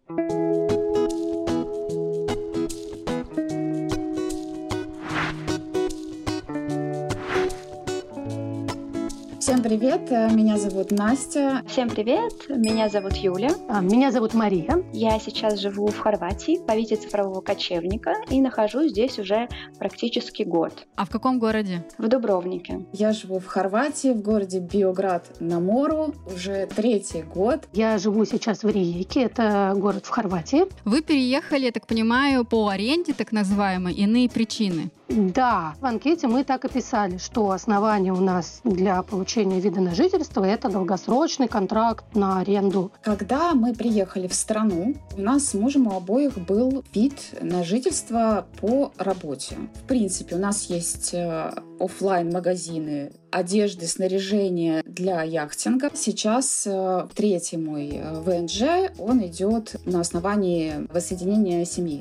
Всем привет, меня зовут Настя. Всем привет, меня зовут Юля. Меня зовут Мария. Я сейчас живу в Хорватии по визе цифрового кочевника и нахожусь здесь уже практически год. А в каком городе? В Дубровнике. Я живу в Хорватии, в городе Биоград на Мору, уже 3-й год. Я живу сейчас в Риеке, это город в Хорватии. Вы переехали, я так понимаю, по аренде, так называемой, иные причины. Да, в анкете мы так и писали, что основание у нас для получения вида на жительство – это долгосрочный контракт на аренду. Когда мы приехали в страну, у нас с мужем у обоих был вид на жительство по работе. В принципе, у нас есть офлайн-магазины одежды, снаряжения для яхтинга. Сейчас 3-й мой ВНЖ, он идет на основании воссоединения семьи.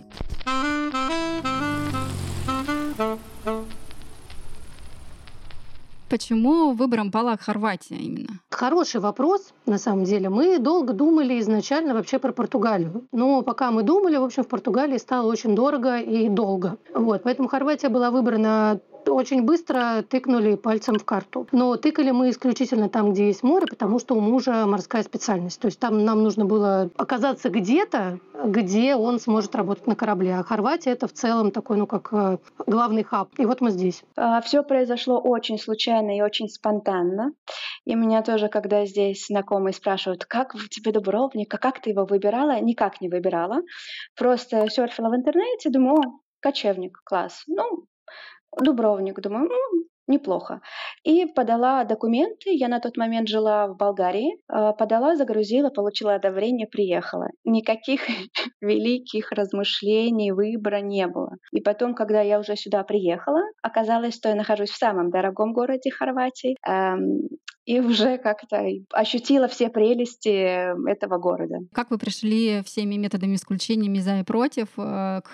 Почему выбором пала Хорватия именно? Хороший вопрос, на самом деле. Мы долго думали изначально вообще про Португалию. Но пока мы думали, в общем, в Португалии стало очень дорого и долго. Поэтому Хорватия была выбрана очень быстро, тыкнули пальцем в карту. Но тыкали мы исключительно там, где есть море, потому что у мужа морская специальность. То есть там нам нужно было оказаться где-то, где он сможет работать на корабле. А Хорватия — это в целом такой, как главный хаб. И вот мы здесь. Все произошло очень случайно и очень спонтанно. И меня тоже, когда здесь знакомые спрашивают, как в тебе Дубровник, а как ты его выбирала? Никак не выбирала. Просто серфила в интернете, думаю, кочевник, класс. Дубровник, думаю, неплохо. И подала документы. Я на тот момент жила в Болгарии. Подала, загрузила, получила одобрение, приехала. Никаких великих размышлений, выбора не было. И потом, когда я уже сюда приехала, оказалось, что я нахожусь в самом дорогом городе Хорватии. И уже как-то ощутила все прелести этого города. Как вы пришли всеми методами исключениями за и против к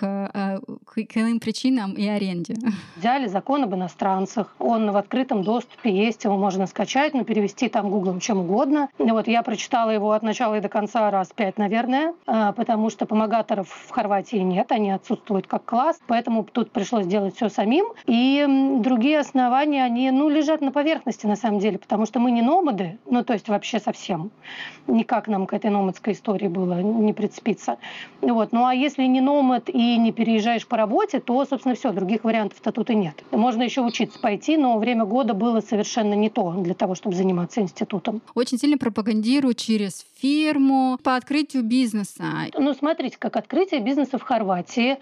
иным причинам и аренде? Взяли закон об иностранцах. Он в открытом доступе есть, его можно скачать, перевести там гуглом чем угодно. Я прочитала его от начала и до конца раз 5, наверное, потому что помогаторов в Хорватии нет, они отсутствуют как класс, поэтому тут пришлось делать все самим. И другие основания, они лежат на поверхности на самом деле, потому что мы не номады, то есть вообще совсем. Никак нам к этой номадской истории было не прицепиться. Ну а если не номад и не переезжаешь по работе, то, собственно, все, других вариантов-то тут и нет. Можно еще учиться пойти, но время года было совершенно не то для того, чтобы заниматься институтом. Очень сильно пропагандируют через фирму по открытию бизнеса. Смотрите, как открытие бизнеса в Хорватии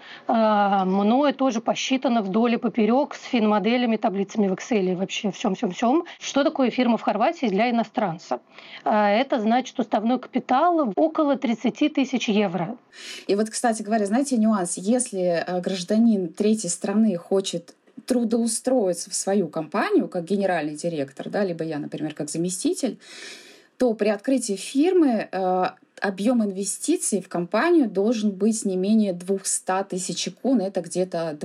мною тоже посчитано вдоль и поперек с финмоделями, таблицами в Excel и вообще всем. Что такое фирма в Хорватии для иностранца? Это значит уставной капитал около 30 тысяч евро. И кстати говоря, знаете, нюанс. Если гражданин третьей страны хочет трудоустроиться в свою компанию как генеральный директор, либо я, например, как заместитель, то при открытии фирмы объем инвестиций в компанию должен быть не менее 200 тысяч кун, это где-то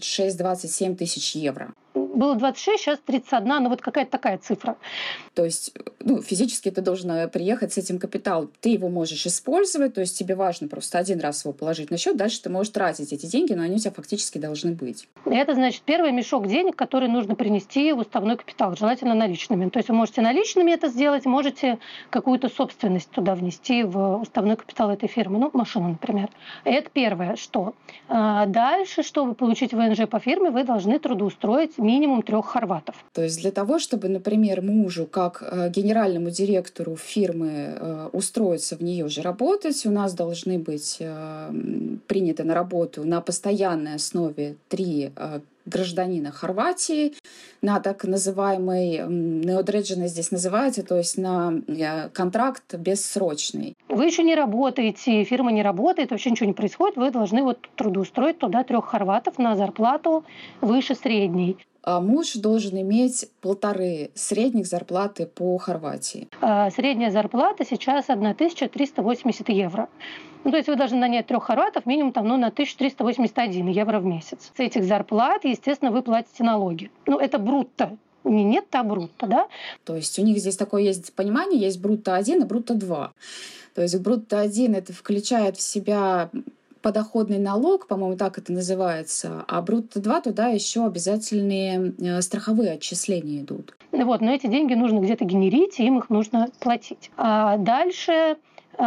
26-27 тысяч евро. Было 26, сейчас 31, какая-то такая цифра. То есть физически ты должен приехать с этим капиталом. Ты его можешь использовать, то есть тебе важно просто один раз его положить на счет, дальше ты можешь тратить эти деньги, но они у тебя фактически должны быть. Это значит первый мешок денег, который нужно принести в уставной капитал, желательно наличными. То есть вы можете наличными это сделать, можете какую-то собственность туда внести в уставной капитал этой фирмы, машину, например. Это первое, что. Дальше, чтобы получить ВНЖ по фирме, вы должны трудоустроить минимум 3 хорватов. То есть для того, чтобы, например, мужу, как генеральному директору фирмы, устроиться в нее же работать, у нас должны быть приняты на работу на постоянной основе 3 гражданина Хорватии на так называемый неодредженный здесь называется, то есть на контракт бессрочный. Вы еще не работаете, фирма не работает, вообще ничего не происходит, вы должны трудоустроить туда 3 хорватов на зарплату выше средней. Муж должен иметь 1,5 средних зарплаты по Хорватии. Средняя зарплата сейчас 1380 евро. То есть вы должны нанять 3 хорватов минимум на 1381 евро в месяц. С этих зарплат, естественно, вы платите налоги. Это брутто. Не нетто, а брутто, да? То есть у них здесь такое есть понимание, есть брутто 1 и брутто 2. То есть брутто-1 это включает в себя подоходный налог, по-моему, так это называется, а брутто-2 туда еще обязательные страховые отчисления идут. Вот, но эти деньги нужно где-то генерить, и им их нужно платить. А дальше,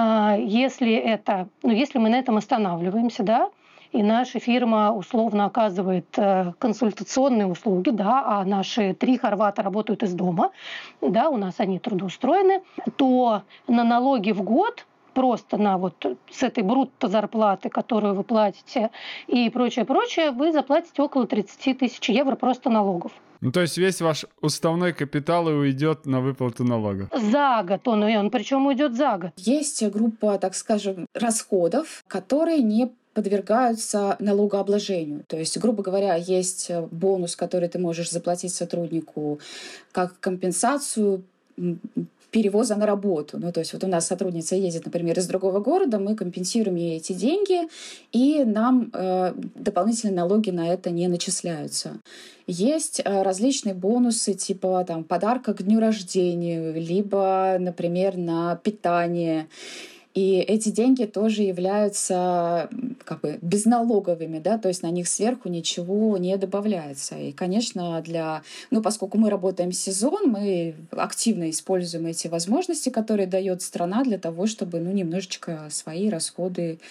если мы на этом останавливаемся, да, и наша фирма условно оказывает консультационные услуги, да, а наши 3 хорвата работают из дома, да, у нас они трудоустроены, то на налоги в год просто на вот с этой брутто зарплаты, которую вы платите, и прочее, вы заплатите около 30 тысяч евро просто налогов. Ну, то есть весь ваш уставной капитал и уйдет на выплату налогов? За год он причем уйдет за год. Есть группа, так скажем, расходов, которые не подвергаются налогообложению. То есть, грубо говоря, есть бонус, который ты можешь заплатить сотруднику как компенсацию перевоза на работу. Ну, то есть вот у нас сотрудница ездит, например, из другого города, мы компенсируем ей эти деньги, и нам дополнительные налоги на это не начисляются. Есть различные бонусы, типа там, подарка к дню рождения, либо, например, на питание. И эти деньги тоже являются как бы безналоговыми, да, то есть на них сверху ничего не добавляется. И, конечно, поскольку мы работаем сезон, мы активно используем эти возможности, которые дает страна для того, чтобы немножечко свои расходы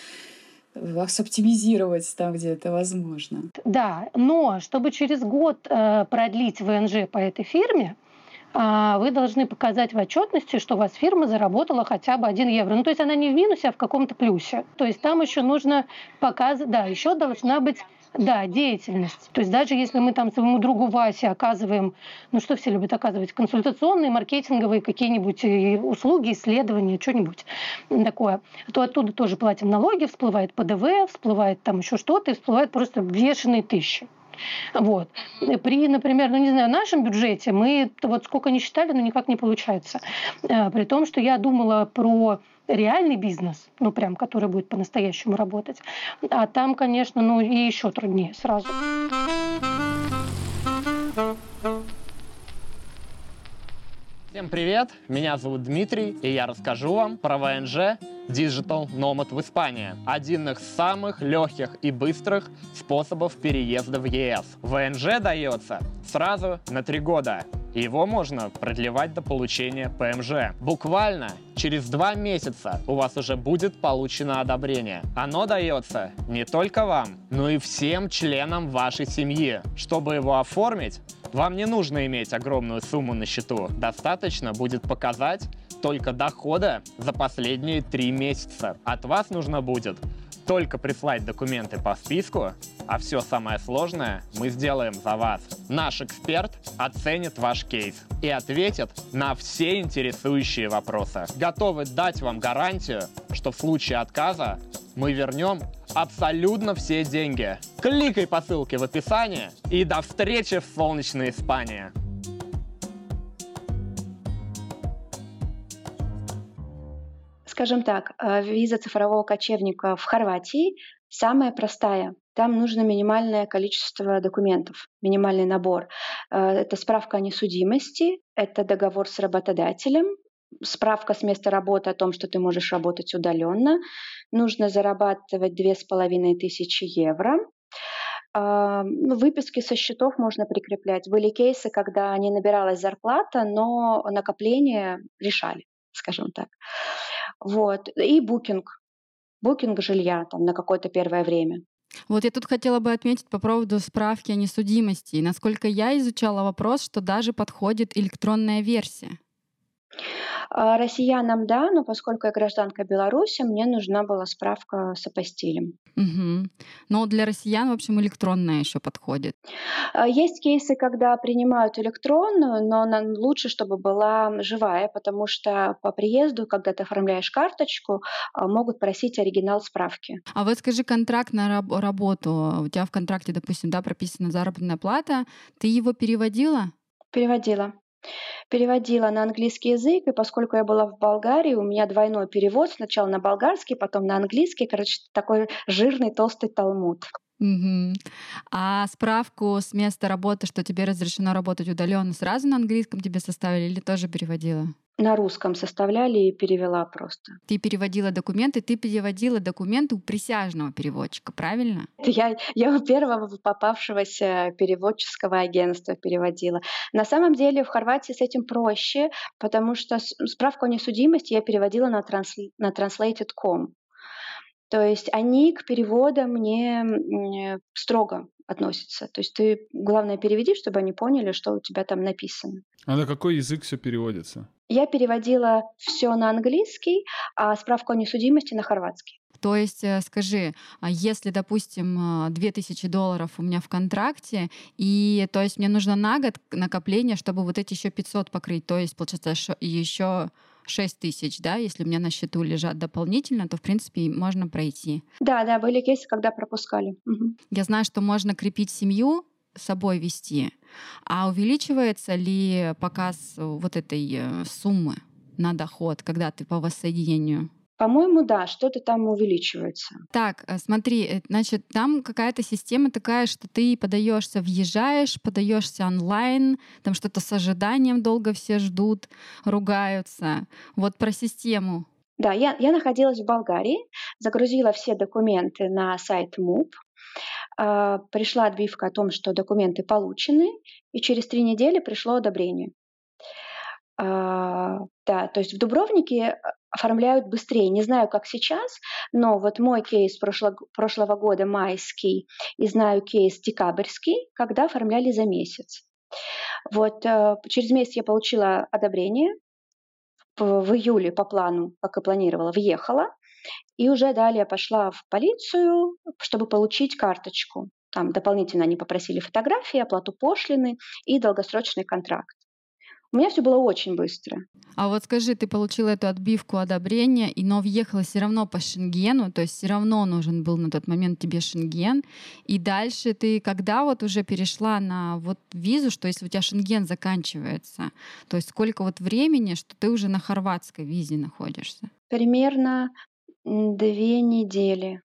оптимизировать там, где это возможно. Да, но чтобы через год продлить ВНЖ по этой фирме, вы должны показать в отчетности, что у вас фирма заработала хотя бы 1 евро. Ну, то есть она не в минусе, а в каком-то плюсе. То есть там еще нужно показывать, да, еще должна быть, да, деятельность. То есть даже если мы там своему другу Васе оказываем, что все любят оказывать, консультационные, маркетинговые какие-нибудь услуги, исследования, что-нибудь такое, то оттуда тоже платим налоги, всплывает ПДВ, всплывает там еще что-то, и всплывают просто бешеные тысячи. Вот. При, например, нашем бюджете мы вот сколько ни считали, но никак не получается. При том, что я думала про реальный бизнес, прям, который будет по-настоящему работать. А там, конечно, и еще труднее сразу. Всем привет, меня зовут Дмитрий, и я расскажу вам про ВНЖ Digital Nomad в Испании. Один из самых легких и быстрых способов переезда в ЕС. ВНЖ дается сразу на 3 года. И его можно продлевать до получения ПМЖ. Буквально через 2 месяца у вас уже будет получено одобрение. Оно дается не только вам, но и всем членам вашей семьи. Чтобы его оформить, вам не нужно иметь огромную сумму на счету. Достаточно будет показать только дохода за последние 3 месяца. От вас нужно будет только прислать документы по списку, а все самое сложное мы сделаем за вас. Наш эксперт оценит ваш кейс и ответит на все интересующие вопросы. Готовы дать вам гарантию, что в случае отказа мы вернем абсолютно все деньги. Кликай по ссылке в описании и до встречи в солнечной Испании. Скажем так, виза цифрового кочевника в Хорватии самая простая. Там нужно минимальное количество документов, минимальный набор. Это справка о несудимости, это договор с работодателем, справка с места работы о том, что ты можешь работать удаленно. Нужно зарабатывать 2500 евро. Выписки со счетов можно прикреплять. Были кейсы, когда не набиралась зарплата, но накопление решали, скажем так. Вот. И букинг жилья там, на какое-то первое время. Вот я тут хотела бы отметить по поводу справки о несудимости. Насколько я изучала вопрос, что даже подходит электронная версия. Россиянам да, но поскольку я гражданка Беларуси, мне нужна была справка с апостилем. Угу. Но для россиян, в общем, электронная еще подходит. Есть кейсы, когда принимают электронную, но лучше, чтобы была живая, потому что по приезду, когда ты оформляешь карточку, могут просить оригинал справки. А вот скажи, контракт на работу. У тебя в контракте, допустим, прописана заработная плата. Ты его переводила? Переводила на английский язык, и поскольку я была в Болгарии, у меня двойной перевод, сначала на болгарский, потом на английский, такой жирный толстый талмуд. Угу. А справку с места работы, что тебе разрешено работать удаленно, сразу на английском тебе составили или тоже переводила? на русском составляли и перевела просто. Ты переводила документы у присяжного переводчика, правильно? Я у первого попавшегося переводческого агентства переводила. На самом деле в Хорватии с этим проще, потому что справку о несудимости я переводила на translated.com. То есть они к переводам не строго относятся. То есть ты, главное, переведи, чтобы они поняли, что у тебя там написано. А на какой язык все переводится? Я переводила все на английский, а справку о несудимости на хорватский. То есть, скажи, если, допустим, $2000 у меня в контракте, и то есть мне нужно на год накопление, чтобы вот эти еще 500 покрыть, то есть, получается, еще 6000, да, если у меня на счету лежат дополнительно, то, в принципе, можно пройти. Да, были кейсы, когда пропускали. Угу. Я знаю, что можно крепить семью, с собой вести. А увеличивается ли показ вот этой суммы на доход, когда ты по воссоединению? По-моему, да, что-то там увеличивается. Так, смотри, значит, там какая-то система такая, что ты въезжаешь, подаешься онлайн, там что-то с ожиданием долго все ждут, ругаются. Вот про систему. Да, я находилась в Болгарии, загрузила все документы на сайт МУП, пришла отбивка о том, что документы получены, и через 3 недели пришло одобрение. Да, то есть в Дубровнике оформляют быстрее. Не знаю, как сейчас, но вот мой кейс прошлого года майский и знаю кейс декабрьский, когда оформляли за месяц. Вот через месяц я получила одобрение. В июле по плану, как и планировала, въехала. И уже далее пошла в полицию, чтобы получить карточку. Там дополнительно они попросили фотографии, оплату пошлины и долгосрочный контракт. У меня все было очень быстро. А вот скажи, ты получила эту отбивку одобрения, но въехала все равно по Шенгену, то есть все равно нужен был на тот момент тебе Шенген. И дальше ты когда вот уже перешла на вот визу, что если у тебя Шенген заканчивается, то есть сколько вот времени, что ты уже на хорватской визе находишься? Примерно 2 недели.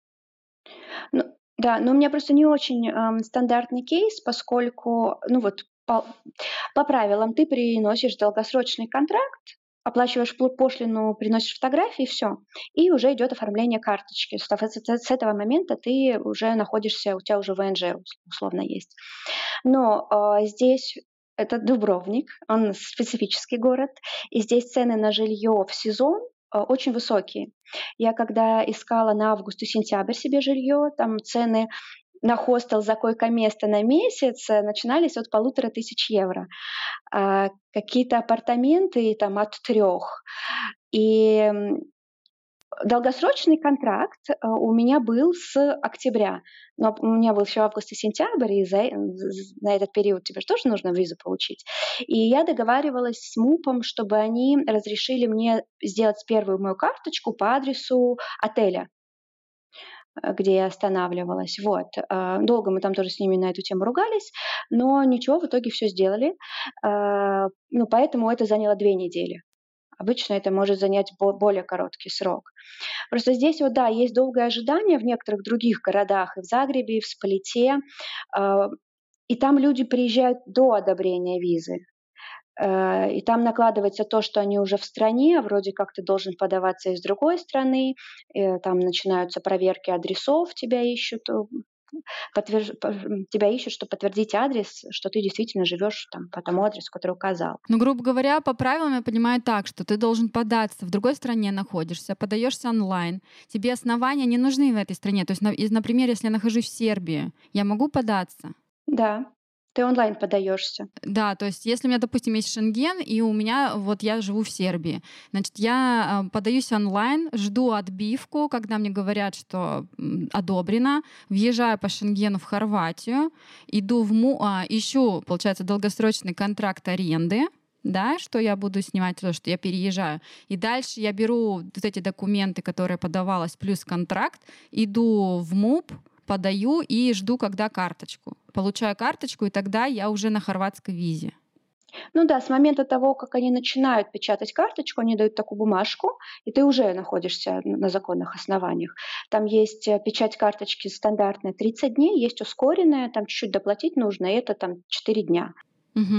Да, но у меня просто не очень стандартный кейс, поскольку, по правилам ты приносишь долгосрочный контракт, оплачиваешь пошлину, приносишь фотографии, все, и уже идет оформление карточки. С этого момента ты уже находишься, у тебя уже ВНЖ условно есть. Но здесь это Дубровник, он специфический город, и здесь цены на жилье в сезон очень высокие. Я когда искала на август и сентябрь себе жилье, там цены на хостел за койко-место на месяц начинались от 1500 евро. Какие-то апартаменты там от 3. И долгосрочный контракт у меня был с октября, но у меня был еще август и сентябрь, и на этот период тебе же тоже нужно визу получить. И я договаривалась с МУПом, чтобы они разрешили мне сделать первую мою карточку по адресу отеля, где я останавливалась. Вот. Долго мы там тоже с ними на эту тему ругались, но ничего, в итоге все сделали. Поэтому это заняло 2 недели. Обычно это может занять более короткий срок. Просто здесь есть долгое ожидание в некоторых других городах, и в Загребе, и в Сплите, и там люди приезжают до одобрения визы. И там накладывается то, что они уже в стране, вроде как ты должен подаваться из другой страны, там начинаются проверки адресов, тебя ищут, чтобы подтвердить адрес, что ты действительно живешь там по тому адресу, который указал. Ну, грубо говоря, по правилам я понимаю так, что ты должен податься, в другой стране находишься, подаешься онлайн, тебе основания не нужны в этой стране. То есть, например, если я нахожусь в Сербии, я могу податься? Да. Ты онлайн подаешься. Да, то есть если у меня, допустим, есть Шенген, и у меня, я живу в Сербии, значит, я подаюсь онлайн, жду отбивку, когда мне говорят, что одобрено, въезжаю по Шенгену в Хорватию, иду ищу, получается, долгосрочный контракт аренды, да, что я буду снимать, то, что я переезжаю. И дальше я беру вот эти документы, которые подавалась, плюс контракт, иду в МУП, подаю и жду, когда карточку. Получаю карточку, и тогда я уже на хорватской визе. Ну да, с момента того, как они начинают печатать карточку, они дают такую бумажку, и ты уже находишься на законных основаниях. Там есть печать карточки стандартная 30 дней, есть ускоренная, там чуть-чуть доплатить нужно, и это там 4 дня. Угу.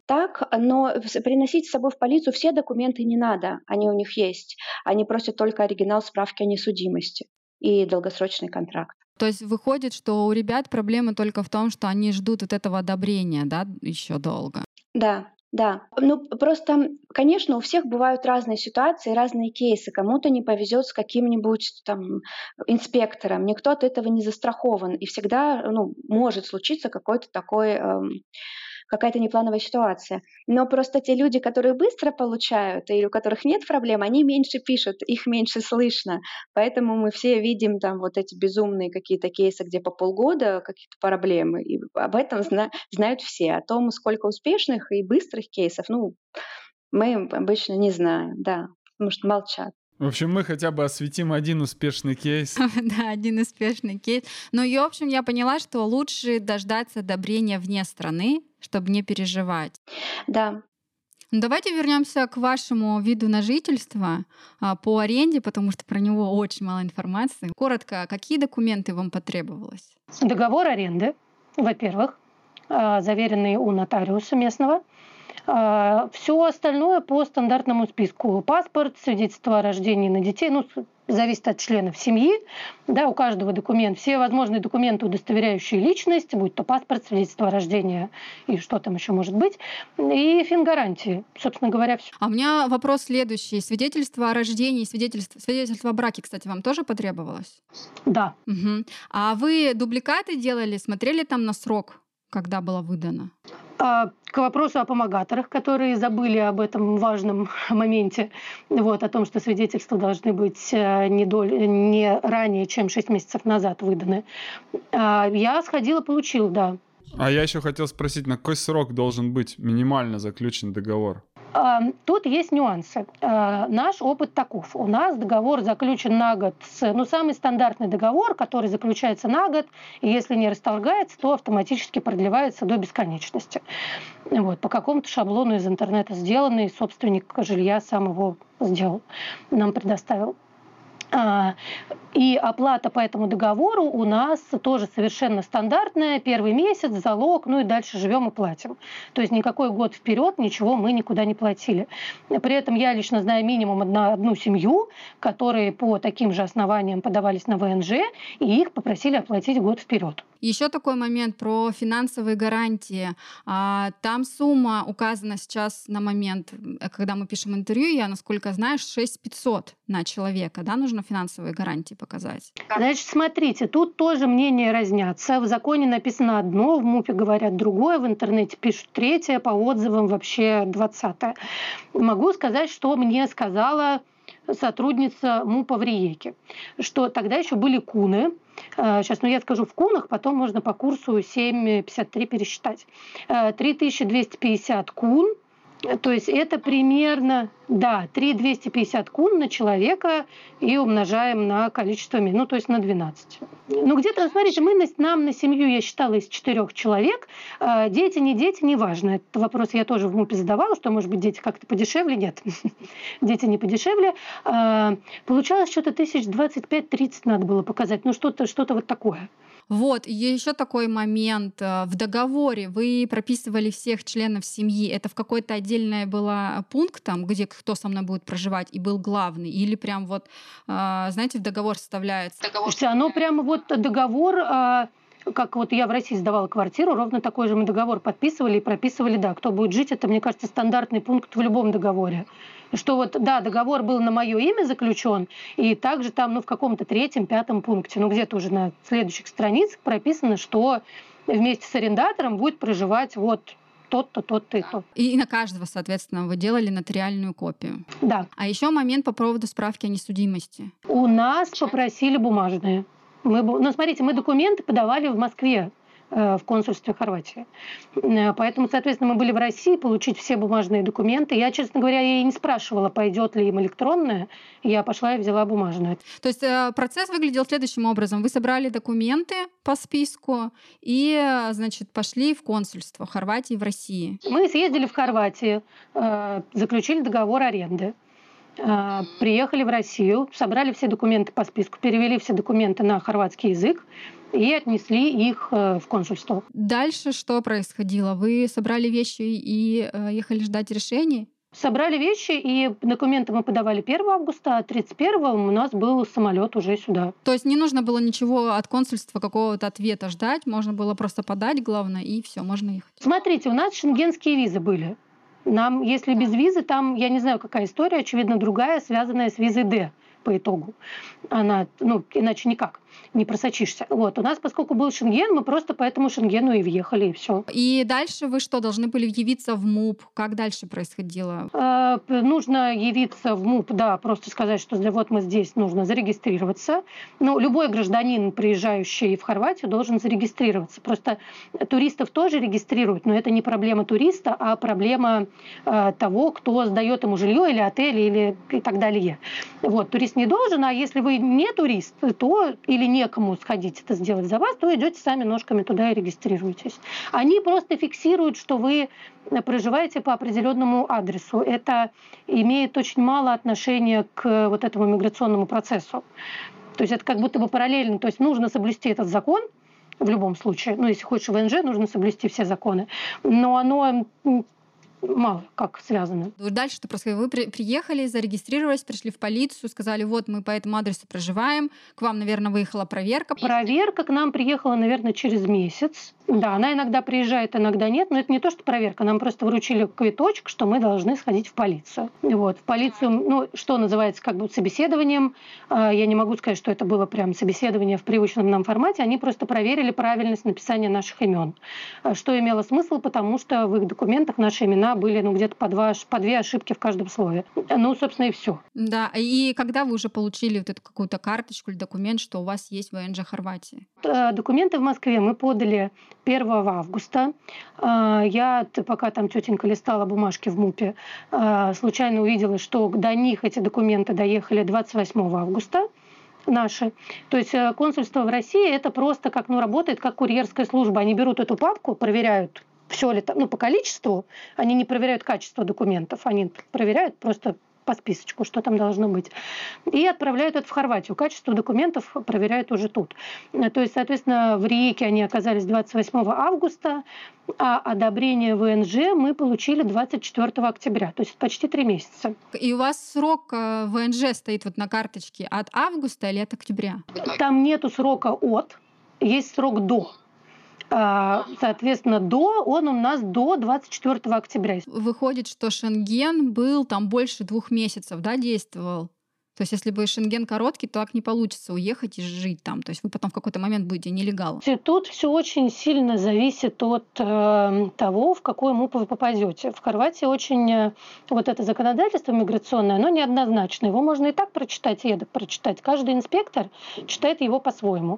так, но приносить с собой в полицию все документы не надо, они у них есть. Они просят только оригинал справки о несудимости и долгосрочный контракт. То есть выходит, что у ребят проблема только в том, что они ждут вот этого одобрения, да, еще долго. Да, да. Ну, просто, конечно, у всех бывают разные ситуации, разные кейсы. Кому-то не повезет с каким-нибудь там инспектором, никто от этого не застрахован. И всегда, может случиться какой-то такой какая-то неплановая ситуация. Но просто те люди, которые быстро получают, или у которых нет проблем, они меньше пишут, их меньше слышно. Поэтому мы все видим там вот эти безумные какие-то кейсы, где по полгода какие-то проблемы. И об этом знают все. О том, сколько успешных и быстрых кейсов, мы обычно не знаем, да, потому что молчат. В общем, мы хотя бы осветим один успешный кейс. Да, один успешный кейс. Ну и, в общем, я поняла, что лучше дождаться одобрения вне страны, чтобы не переживать. Да. Ну, давайте вернемся к вашему виду на жительство по аренде, потому что про него очень мало информации. Коротко, какие документы вам потребовалось? Договор аренды, во-первых, заверенный у нотариуса местного. Все остальное по стандартному списку. Паспорт, свидетельство о рождении на детей, зависит от членов семьи, да, у каждого документ, все возможные документы, удостоверяющие личность, будь то паспорт, свидетельство о рождении и что там еще может быть, и фингарантии, собственно говоря, все. А у меня вопрос следующий. Свидетельство о рождении, свидетельство о браке, кстати, вам тоже потребовалось? Да. Угу. А вы дубликаты делали, смотрели там на срок, когда было выдано? К вопросу о помогаторах, которые забыли об этом важном моменте, о том, что свидетельства должны быть не ранее, чем 6 месяцев назад выданы. Я сходила, получила, да. А я еще хотел спросить, на какой срок должен быть минимально заключен договор? Тут есть нюансы. Наш опыт таков. У нас договор заключен на год. Самый стандартный договор, который заключается на год, и если не расторгается, то автоматически продлевается до бесконечности. По какому-то шаблону из интернета сделанный, собственник жилья сам его сделал, нам предоставил. И оплата по этому договору у нас тоже совершенно стандартная. Первый месяц, залог, и дальше живем и платим. То есть никакой год вперед ничего мы никуда не платили. При этом я лично знаю минимум одну семью, которые по таким же основаниям подавались на ВНЖ, и их попросили оплатить год вперед. Еще такой момент про финансовые гарантии. Там сумма указана сейчас на момент, когда мы пишем интервью, я, насколько знаю, 6500 на человека, да, нужно финансовые гарантии показать. Значит, смотрите, тут тоже мнения разнятся. В законе написано одно, в МУПе говорят другое, в интернете пишут третье, по отзывам вообще 20-е. Могу сказать, что мне сказала сотрудница МУПа в Риеке, что тогда еще были куны. Сейчас, я скажу в кунах, потом можно по курсу 7,53 пересчитать. 3250 кун, то есть это примерно, 3250 кун на человека и умножаем на количество минут, то есть на 12. Где-то, смотрите, нам на семью, я считала, из 4 человек, дети, не дети, неважно. Этот вопрос я тоже в МУПе задавала, что, может быть, дети как-то подешевле. Нет, дети не подешевле. Получалось, что-то 25-30 надо было показать, что-то вот такое. И еще такой момент. В договоре вы прописывали всех членов семьи. Это в какой-то отдельный был пункт, там, где кто со мной будет проживать, и был главный? Или прям знаете, в договор вставляется? Слушайте, оно прямо договор... Как я в России сдавала квартиру, ровно такой же мы договор подписывали и прописывали, кто будет жить. Это, мне кажется, стандартный пункт в любом договоре. Что договор был на мое имя заключен, и также там, в каком-то 3-5 пункте, где-то уже на следующих страницах прописано, что вместе с арендатором будет проживать тот-то, тот-то и тот. И на каждого, соответственно, вы делали нотариальную копию. Да. А еще момент по поводу справки о несудимости. У нас попросили бумажные. Смотрите, мы документы подавали в Москве, в консульстве Хорватии. Поэтому, соответственно, мы были в России, получить все бумажные документы. Я, честно говоря, и не спрашивала, пойдет ли им электронная. Я пошла и взяла бумажную. То есть процесс выглядел следующим образом. Вы собрали документы по списку и, пошли в консульство Хорватии в России. Мы съездили в Хорватию, заключили договор аренды. приехали в Россию, собрали все документы по списку, перевели все документы на хорватский язык и отнесли их в консульство. Дальше что происходило? Вы собрали вещи и ехали ждать решений? Собрали вещи, и документы мы подавали 1 августа, а 31 у нас был самолет уже сюда. То есть не нужно было ничего от консульства, какого-то ответа ждать, можно было просто подать, главное, и все, можно ехать. Смотрите, у нас шенгенские визы были. Нам, если без визы, там, я не знаю, какая история, очевидно, другая, связанная с визой D по итогу. Она, иначе никак, не просочишься. Вот. У нас, поскольку был Шенген, мы просто по этому Шенгену и въехали, и все. И дальше вы что, должны были явиться в МУП? Как дальше происходило? Нужно явиться в МУП, да, просто сказать, что вот мы здесь, нужно зарегистрироваться. Любой гражданин, приезжающий в Хорватию, должен зарегистрироваться. Просто туристов тоже регистрируют, но это не проблема туриста, а проблема того, кто сдает ему жилье или отель, или и так далее. Вот, турист не должен, а если вы не турист, то или некому сходить это сделать за вас, то идете сами ножками туда и регистрируетесь. Они просто фиксируют, что вы проживаете по определенному адресу. Это имеет очень мало отношения к вот этому миграционному процессу. То есть это как будто бы параллельно. То есть нужно соблюсти этот закон в любом случае. Если хочешь ВНЖ, нужно соблюсти все законы. Но оно мало как связано. Дальше что происходило? Вы приехали, зарегистрировались, пришли в полицию, сказали, вот мы по этому адресу проживаем, к вам, наверное, выехала проверка. Проверка к нам приехала, наверное, через месяц. Да, она иногда приезжает, иногда нет, но это не то, что проверка, нам просто вручили квиточек, что мы должны сходить в полицию. Вот, в полицию, что называется как бы собеседованием, я не могу сказать, что это было прям собеседование в привычном нам формате, они просто проверили правильность написания наших имен. Что имело смысл, потому что в их документах наши имена были где-то по две ошибки в каждом слове. Собственно, и все. Да, и когда вы уже получили вот эту какую-то карточку или документ, что у вас есть ВНЖ Хорватии? Документы в Москве мы подали 1 августа. Я, пока там тетенька листала бумажки в МУПе, случайно увидела, что до них эти документы доехали 28 августа. Наши. То есть консульство в России это просто как, работает как курьерская служба. Они берут эту папку, проверяют, все ли там, по количеству, они не проверяют качество документов, они проверяют просто по списочку, что там должно быть. И отправляют это в Хорватию. Качество документов проверяют уже тут. То есть, соответственно, в Риеке они оказались 28 августа, а одобрение ВНЖ мы получили 24 октября. То есть почти 3 месяца. И у вас срок ВНЖ стоит вот на карточке от августа или от октября? Там нету срока от, есть срок до. Соответственно, он у нас до 24 октября. Выходит, что Шенген был там больше 2 месяцев, да, действовал? То есть если бы Шенген короткий, то так не получится уехать и жить там. То есть вы потом в какой-то момент будете нелегалом. Тут все очень сильно зависит от того, в какой МУП вы попадете. В Хорватии очень вот это законодательство миграционное, оно неоднозначно. Его можно и так прочитать, и эдак прочитать. Каждый инспектор читает его по-своему.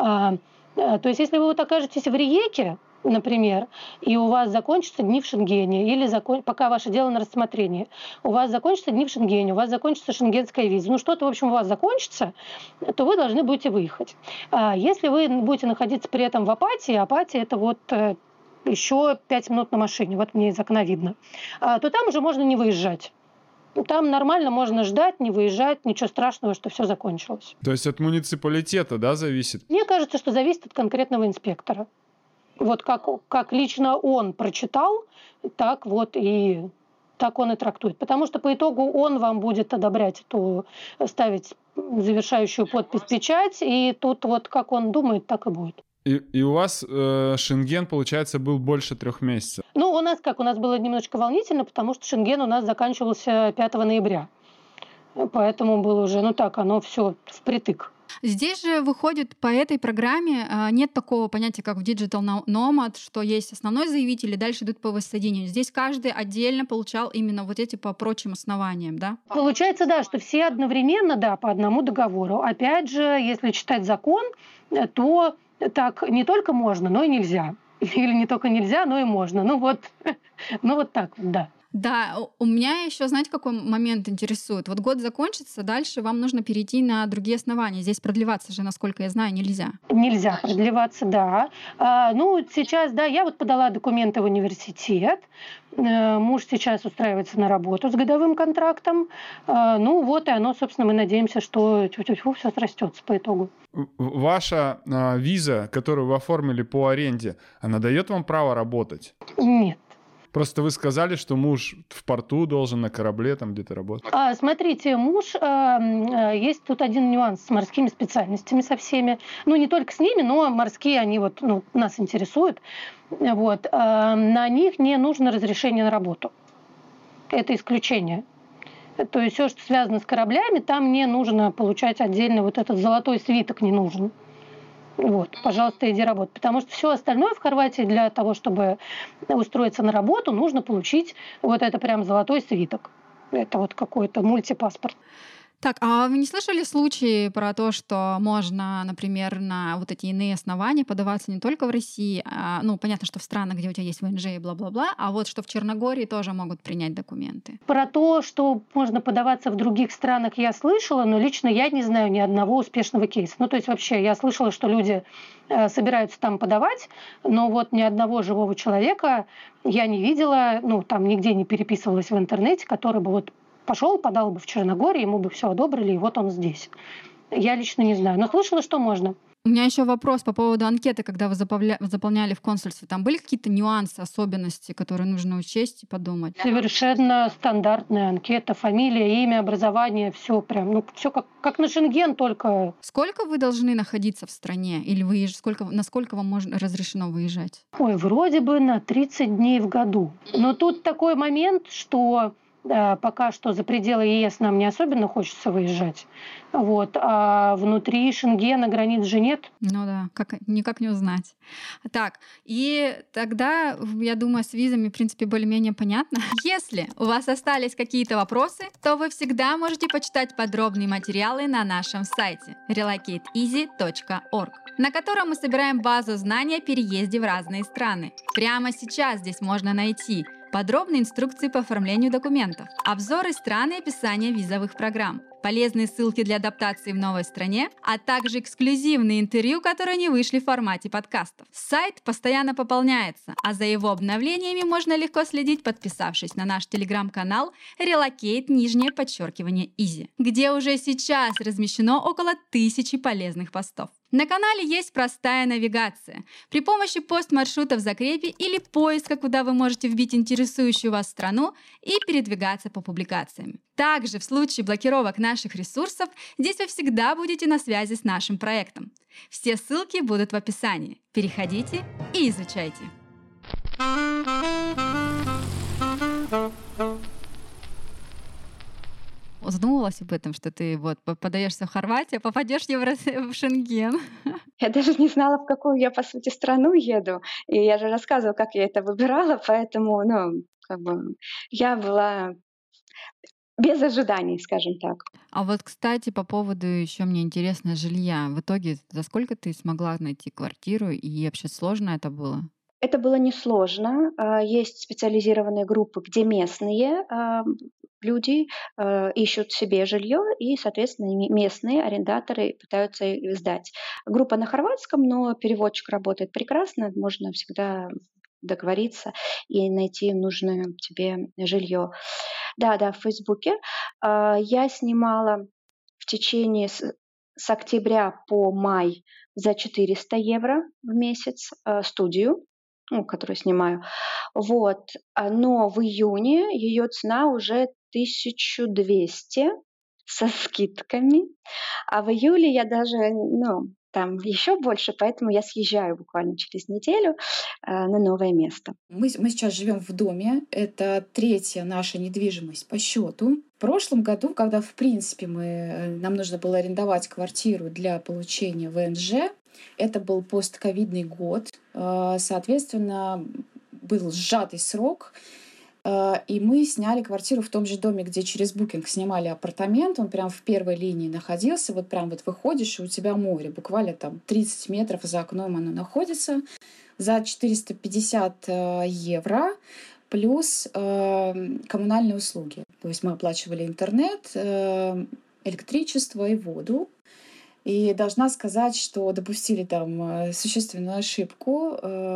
То есть если вы окажетесь в Риеке, например, и у вас закончатся дни в Шенгене, или пока ваше дело на рассмотрении, у вас закончатся дни в Шенгене, у вас закончится шенгенская виза, что-то, в общем, у вас закончится, то вы должны будете выехать. Если вы будете находиться при этом в апатии, апатия – это еще 5 минут на машине, вот мне из окна видно, то там уже можно не выезжать. Там нормально можно ждать, не выезжать, ничего страшного, что все закончилось. То есть от муниципалитета, да, зависит? Мне кажется, что зависит от конкретного инспектора. Вот как лично он прочитал, так он и трактует. Потому что по итогу он вам будет одобрять ставить завершающую подпись, печать, и тут как он думает, так и будет. И у вас Шенген, получается, был больше 3 месяцев? У нас было немножечко волнительно, потому что Шенген у нас заканчивался 5 ноября. Поэтому было уже, оно все впритык. Здесь же выходит по этой программе нет такого понятия, как в Digital Nomad, что есть основной заявитель, и дальше идут по воссоединению. Здесь каждый отдельно получал именно вот эти по прочим основаниям, да? Получается, да, что все одновременно, да, по одному договору. Опять же, если читать закон, то так не только можно, но и нельзя. Или не только нельзя, но и можно. Вот так, да. Да, у меня еще, знаете, какой момент интересует? Вот год закончится, дальше вам нужно перейти на другие основания. Здесь продлеваться же, насколько я знаю, нельзя. Нельзя продлеваться, да. Сейчас, да, я вот подала документы в университет. Муж сейчас устраивается на работу с годовым контрактом. И оно, собственно, мы надеемся, что все срастется по итогу. Ваша виза, которую вы оформили по аренде, она дает вам право работать? Нет. Просто вы сказали, что муж в порту должен на корабле там где-то работать. Смотрите, есть тут один нюанс с морскими специальностями со всеми. Не только с ними, но морские, они нас интересуют. На них не нужно разрешение на работу. Это исключение. То есть все, что связано с кораблями, там не нужно получать отдельно этот золотой свиток не нужен. Пожалуйста, иди работать. Потому что все остальное в Хорватии для того, чтобы устроиться на работу, нужно получить это прям золотой свиток. Это какой-то мультипаспорт. Так, а вы не слышали случаи про то, что можно, например, на эти иные основания подаваться не только в России, понятно, что в странах, где у тебя есть ВНЖ и бла-бла-бла, а что в Черногории тоже могут принять документы? Про то, что можно подаваться в других странах, я слышала, но лично я не знаю ни одного успешного кейса. То есть вообще я слышала, что люди собираются там подавать, но ни одного живого человека я не видела, там нигде не переписывалась в интернете, который бы пошел, подал бы в Черногории, ему бы все одобрили, и он здесь. Я лично не знаю, но слышала, что можно. У меня еще вопрос по поводу анкеты, когда вы заполняли в консульстве. Там были какие-то нюансы, особенности, которые нужно учесть и подумать? Совершенно стандартная анкета, фамилия, имя, образование, все прям, все как на Шенген, только... Сколько вы должны находиться в стране? Или насколько вам разрешено выезжать? Вроде бы на 30 дней в году. Но тут такой момент, что... пока что за пределы ЕС нам не особенно хочется выезжать. А внутри Шенгена границ же нет. Да, никак не узнать. Так, и тогда, я думаю, с визами, в принципе, более-менее понятно. Если у вас остались какие-то вопросы, то вы всегда можете почитать подробные материалы на нашем сайте relocateeasy.org, на котором мы собираем базу знаний о переезде в разные страны. Прямо сейчас здесь можно найти подробные инструкции по оформлению документов, обзоры стран и описание визовых программ, полезные ссылки для адаптации в новой стране, а также эксклюзивные интервью, которые не вышли в формате подкастов. Сайт постоянно пополняется, а за его обновлениями можно легко следить, подписавшись на наш телеграм-канал Relocate_Easy, где уже сейчас размещено около 1000 полезных постов. На канале есть простая навигация. При помощи пост-маршрутов в закрепе или поиска, куда вы можете вбить интересующую вас страну и передвигаться по публикациям. Также в случае блокировок наших ресурсов здесь вы всегда будете на связи с нашим проектом. Все ссылки будут в описании. Переходите и изучайте. Задумывалась об этом, что ты подаешься в Хорватию, а попадешь в Шенген? Я даже не знала, в какую я, по сути, страну еду. И я же рассказывала, как я это выбирала, поэтому, я была без ожиданий, скажем так. А кстати, по поводу еще мне интересно жилья. В итоге за сколько ты смогла найти квартиру и вообще сложно это было? Это было несложно. Есть специализированные группы, где местные люди ищут себе жилье, и, соответственно, местные арендаторы пытаются сдать. Группа на хорватском, но переводчик работает прекрасно, можно всегда договориться и найти нужное тебе жилье. Да, в Фейсбуке. Я снимала в течение с октября по май за 400 евро в месяц студию, которую снимаю. Но в июне ее цена уже 1200 со скидками. А в июле я даже, там еще больше, поэтому я съезжаю буквально через неделю на новое место. Мы сейчас живем в доме. Это 3-я наша недвижимость по счету. В прошлом году, когда, в принципе, нам нужно было арендовать квартиру для получения ВНЖ, это был постковидный год. Соответственно, был сжатый срок. И мы сняли квартиру в том же доме, где через Booking снимали апартамент. Он прям в первой линии находился. Выходишь, и у тебя море. Буквально там 30 метров за окном оно находится. За 450 евро плюс коммунальные услуги. То есть мы оплачивали интернет, электричество и воду. И должна сказать, что допустили там существенную ошибку,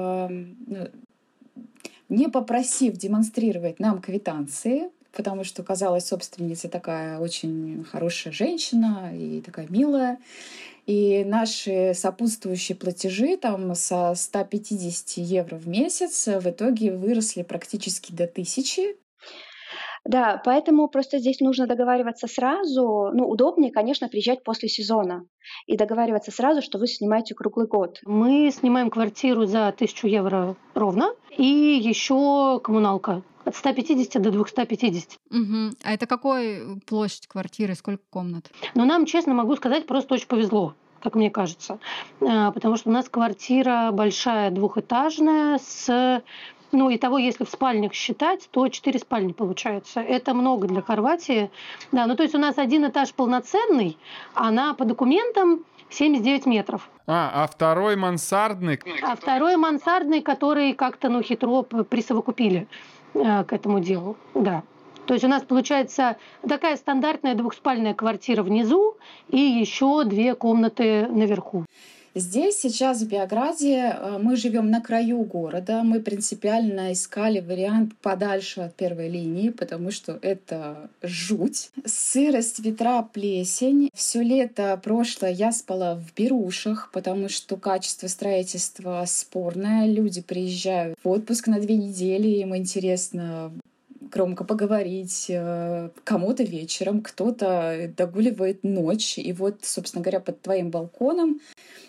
не попросив демонстрировать нам квитанции, потому что казалось, собственница такая очень хорошая женщина и такая милая. И наши сопутствующие платежи там со 150 евро в месяц в итоге выросли практически до 1000. Да, поэтому просто здесь нужно договариваться сразу. Ну, удобнее, конечно, приезжать после сезона и договариваться сразу, что вы снимаете круглый год. Мы снимаем квартиру за 1000 евро ровно, и еще коммуналка от 150 до 250. А это какой площадь квартиры, сколько комнат? Но нам, честно могу сказать, просто очень повезло, как мне кажется. Потому что у нас квартира большая, двухэтажная, с... Ну, итого, если в спальнях считать, то 4 спальни получается. Это много для Хорватии. Да, ну то есть у нас один этаж полноценный, она по документам 79 метров. А второй мансардный? А второй мансардный, который как-то, хитро присовокупили к этому делу. Да. То есть у нас получается такая стандартная двухспальная квартира внизу и еще 2 комнаты наверху. Здесь сейчас, в Белграде, мы живем на краю города. Мы принципиально искали вариант подальше от первой линии, потому что это жуть. Сырость, ветра, плесень. Все лето прошлое я спала в берушах, потому что качество строительства спорное. Люди приезжают в отпуск на 2 недели, им интересно громко поговорить, кому-то вечером, кто-то догуливает ночь. И вот, собственно говоря, под твоим балконом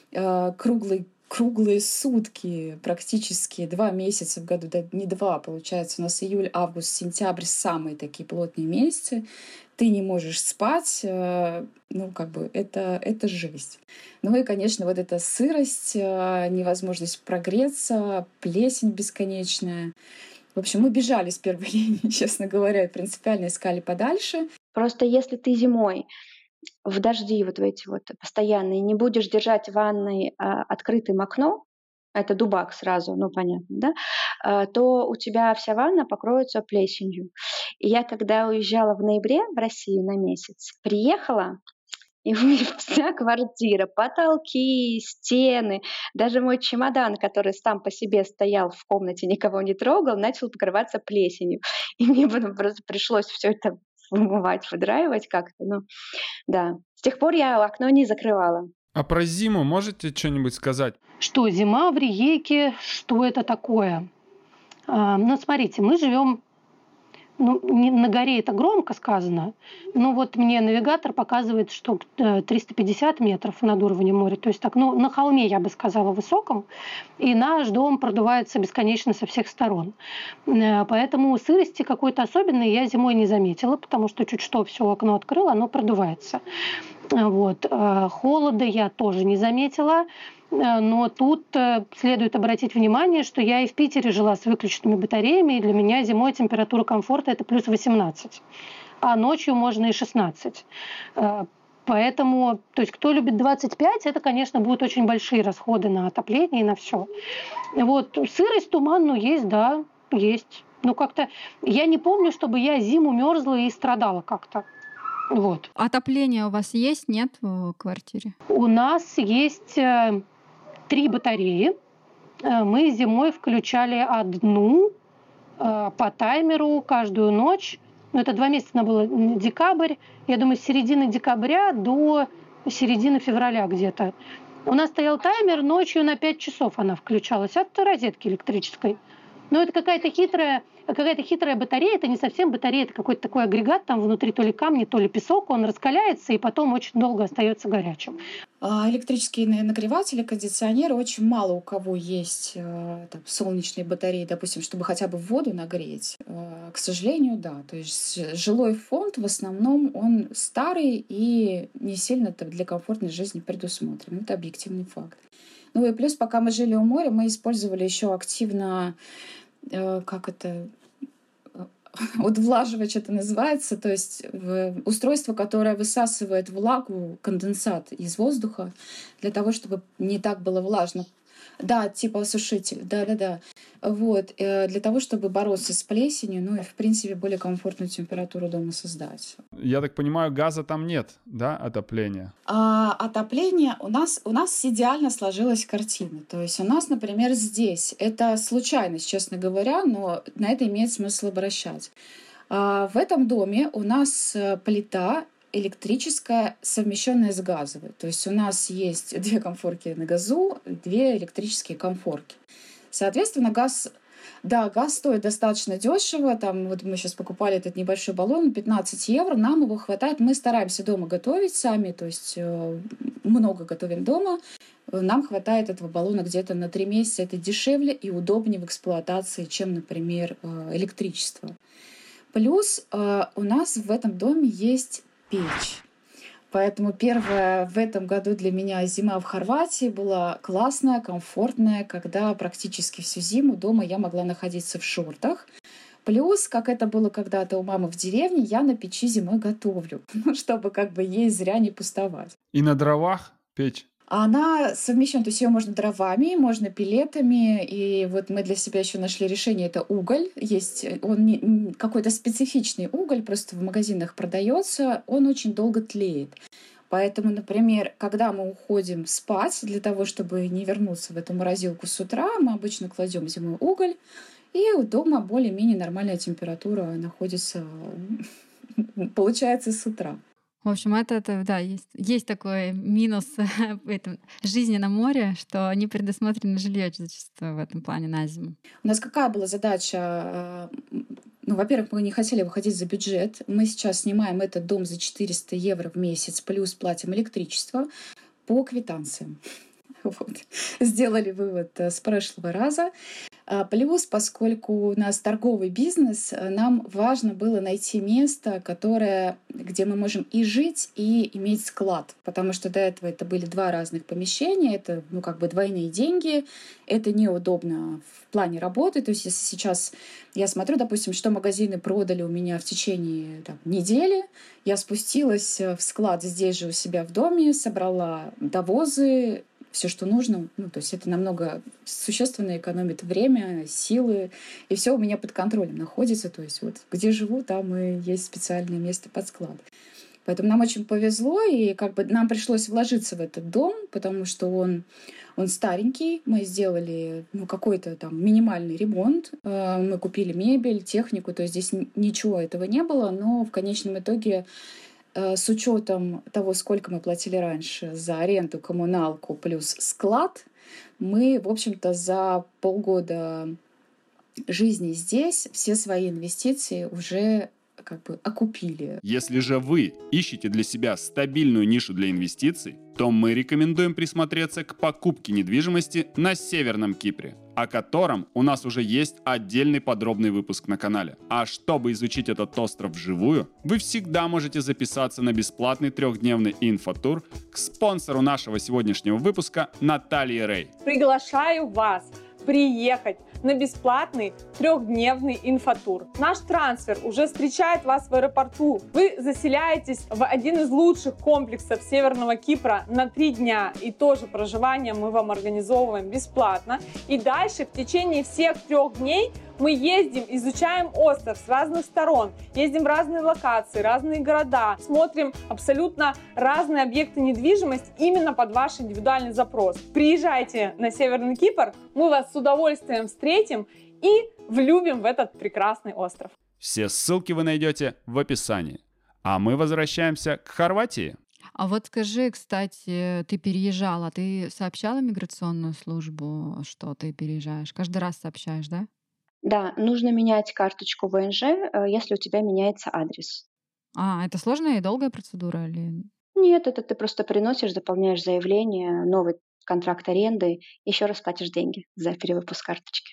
круглые сутки, практически 2 месяца в году, да не 2, получается, у нас июль, август, сентябрь самые такие плотные месяцы, ты не можешь спать, это жизнь. Ну и, конечно, вот эта сырость, невозможность прогреться, плесень бесконечная. В общем, мы бежали с первой линии, честно говоря, и принципиально искали подальше. Просто если ты зимой в дожди вот в эти вот постоянные не будешь держать в ванной открытым окно, это дубак сразу, понятно, да, то у тебя вся ванна покроется плесенью. И я, когда уезжала в ноябре в Россию на месяц, приехала, и у меня вся квартира, потолки, стены, даже мой чемодан, который сам по себе стоял в комнате, никого не трогал, начал покрываться плесенью. И мне просто пришлось все это вымывать, выдраивать как-то. Да. С тех пор я окно не закрывала. А про зиму можете что-нибудь сказать? Что зима в Риеке, что это такое? Смотрите, мы живем на горе, это громко сказано, но вот мне навигатор показывает, что 350 метров над уровнем моря, то есть так, на холме, я бы сказала, высоком, и наш дом продувается бесконечно со всех сторон. Поэтому сырости какой-то особенной я зимой не заметила, потому что чуть что все окно открыла, оно продувается. Вот. Холода я тоже не заметила. Но тут следует обратить внимание, что я и в Питере жила с выключенными батареями, и для меня зимой температура комфорта – это плюс 18, а ночью можно и 16. Поэтому, то есть кто любит 25, это, конечно, будут очень большие расходы на отопление и на все. Вот. Сырость, туман, есть, да, есть. Как-то я не помню, чтобы я зиму мерзла и страдала как-то. Вот. Отопление у вас есть, нет, в квартире? У нас есть 3 батареи. Мы зимой включали одну по таймеру каждую ночь. Это 2 месяца, она была декабрь. Я думаю, с середины декабря до середины февраля где-то. У нас стоял таймер, ночью на 5 часов она включалась от розетки электрической. Но это какая-то хитрая батарея, это не совсем батарея, это какой-то такой агрегат, там внутри то ли камни, то ли песок, он раскаляется и потом очень долго остается горячим. Электрические нагреватели, кондиционеры, очень мало у кого есть солнечные батареи, допустим, чтобы хотя бы воду нагреть. К сожалению, да. То есть жилой фонд в основном он старый и не сильно для комфортной жизни предусмотрен. Это объективный факт. И плюс, пока мы жили у моря, мы использовали еще активно удвлаживач это называется, то есть устройство, которое высасывает влагу, конденсат из воздуха, для того, чтобы не так было влажно. Да, типа осушитель, да-да-да. Вот, для того, чтобы бороться с плесенью, ну и, в принципе, более комфортную температуру дома создать. Я так понимаю, газа там нет, да, отопления? Отопление у нас идеально сложилась картина. То есть у нас, например, здесь, это случайность, честно говоря, но на это имеет смысл обращать. В этом доме у нас плита электрическая, совмещенная с газовой. То есть у нас есть 2 комфорки на газу, 2 электрические комфорки. Соответственно, газ стоит достаточно дешево. Там вот мы сейчас покупали этот небольшой баллон, 15 евро. Нам его хватает. Мы стараемся дома готовить сами, то есть много готовим дома. Нам хватает этого баллона где-то на 3 месяца. Это дешевле и удобнее в эксплуатации, чем, например, электричество. Плюс у нас в этом доме есть печь. Поэтому первая в этом году для меня зима в Хорватии была классная, комфортная, когда практически всю зиму дома я могла находиться в шортах. Плюс, как это было когда-то у мамы в деревне, я на печи зимой готовлю, чтобы как бы ей зря не пустовать. И на дровах печь? Она совмещена, то есть ее можно дровами, можно пеллетами, и вот мы для себя еще нашли решение, это уголь. Есть он какой-то специфичный уголь, просто в магазинах продается, он очень долго тлеет. Поэтому, например, когда мы уходим спать, для того, чтобы не вернуться в эту морозилку с утра, мы обычно кладем зимой уголь, и у дома более-менее нормальная температура находится, получается, с утра. В общем, это да, есть такой минус жизни на море, что не предусмотрено жилье зачастую в этом плане на зиму. У нас какая была задача? Ну, во-первых, мы не хотели выходить за бюджет. Мы сейчас снимаем этот дом за 400 евро в месяц, плюс платим электричество по квитанциям. Вот. Сделали вывод с прошлого раза. Плюс, поскольку у нас торговый бизнес, нам важно было найти место, где мы можем и жить, и иметь склад. Потому что до этого это были 2 разных помещения, это как бы двойные деньги, это неудобно в плане работы. То есть если сейчас я смотрю, допустим, что магазины продали у меня в течение недели, я спустилась в склад здесь же у себя в доме, собрала довозы, все, что нужно. То есть это намного существенно экономит время, силы, и все у меня под контролем находится. То есть вот где живу, там и есть специальное место под склад. Поэтому нам очень повезло, и как бы нам пришлось вложиться в этот дом, потому что он старенький. Мы сделали какой-то там минимальный ремонт. Мы купили мебель, технику, то есть здесь ничего этого не было, но в конечном итоге с учетом того, сколько мы платили раньше за аренду, коммуналку плюс склад, мы, в общем-то, за полгода жизни здесь все свои инвестиции уже как бы окупили. Если же вы ищете для себя стабильную нишу для инвестиций, то мы рекомендуем присмотреться к покупке недвижимости на Северном Кипре, о котором у нас уже есть отдельный подробный выпуск на канале. А чтобы изучить этот остров вживую, вы всегда можете записаться на бесплатный 3-дневный инфотур к спонсору нашего сегодняшнего выпуска Наталье Рей. Приглашаю вас приехать на бесплатный 3-дневный инфотур. Наш трансфер уже встречает вас в аэропорту. Вы заселяетесь в один из лучших комплексов Северного Кипра на 3 дня. И тоже проживание мы вам организовываем бесплатно. И дальше в течение всех 3 дней мы ездим, изучаем остров с разных сторон, ездим в разные локации, разные города, смотрим абсолютно разные объекты недвижимости именно под ваш индивидуальный запрос. Приезжайте на Северный Кипр, мы вас с удовольствием встретим и влюбим в этот прекрасный остров. Все ссылки вы найдете в описании. А мы возвращаемся к Хорватии. А вот скажи, кстати, ты переезжала, ты сообщала миграционную службу, что ты переезжаешь? Каждый раз сообщаешь, да? Да, нужно менять карточку ВНЖ, если у тебя меняется адрес. Это сложная и долгая процедура или... Нет, это ты просто приносишь, заполняешь заявление, новый контракт аренды, еще раз платишь деньги за перевыпуск карточки.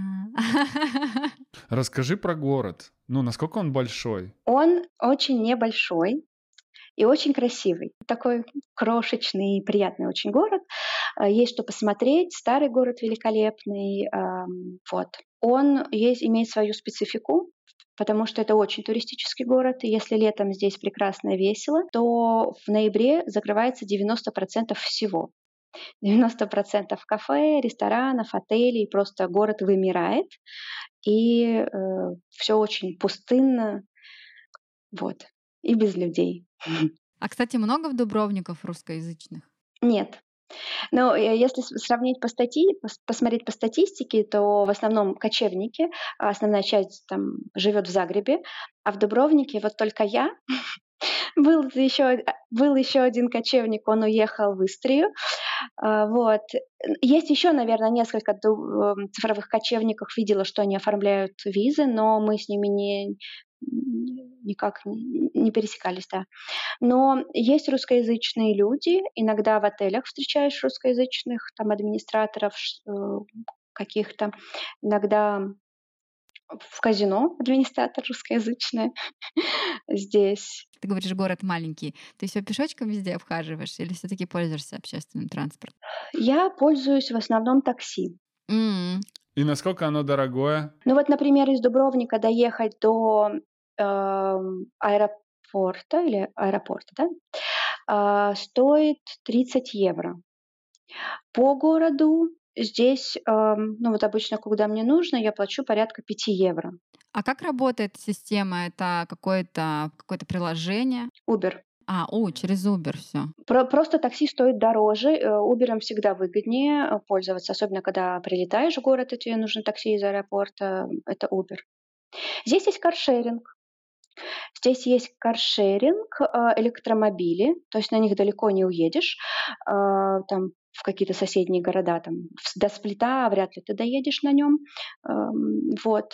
Расскажи про город. Насколько он большой? Он очень небольшой и очень красивый. Такой крошечный, приятный очень город. Есть что посмотреть. Старый город великолепный. Вот. Он имеет свою специфику, потому что это очень туристический город. И если летом здесь прекрасно и весело, то в ноябре закрывается 90% всего. 90% кафе, ресторанов, отелей, просто город вымирает, и все очень пустынно, вот, и без людей. А, кстати, много в Дубровников русскоязычных? Нет. Но если сравнить посмотреть по статистике, то в основном кочевники, основная часть там живет в Загребе, а в Дубровнике вот только я. Был еще один кочевник, он уехал в Истрию. Вот. Есть еще, наверное, несколько цифровых кочевников. Видела, что они оформляют визы, но мы с ними никак не пересекались, да. Но есть русскоязычные люди. Иногда в отелях встречаешь русскоязычных там администраторов каких-то. Иногда в казино администратор русскоязычный здесь. Ты говоришь, город маленький. Ты все пешочком везде обхаживаешь или все-таки пользуешься общественным транспортом? Я пользуюсь в основном такси. И насколько оно дорогое? Ну вот, например, из Дубровника доехать до аэропорта, да, стоит 30 евро. По городу здесь, ну вот обычно, когда мне нужно, я плачу порядка 5 евро. А как работает система? Это какое-то приложение? Uber. Через Uber все. Просто такси стоит дороже, Uber всегда выгоднее пользоваться, особенно когда прилетаешь в город, и тебе нужно такси из аэропорта, это Uber. Здесь есть каршеринг. Здесь есть каршеринг, электромобили, то есть на них далеко не уедешь, там в какие-то соседние города, там до Сплита вряд ли ты доедешь на нем. Вот.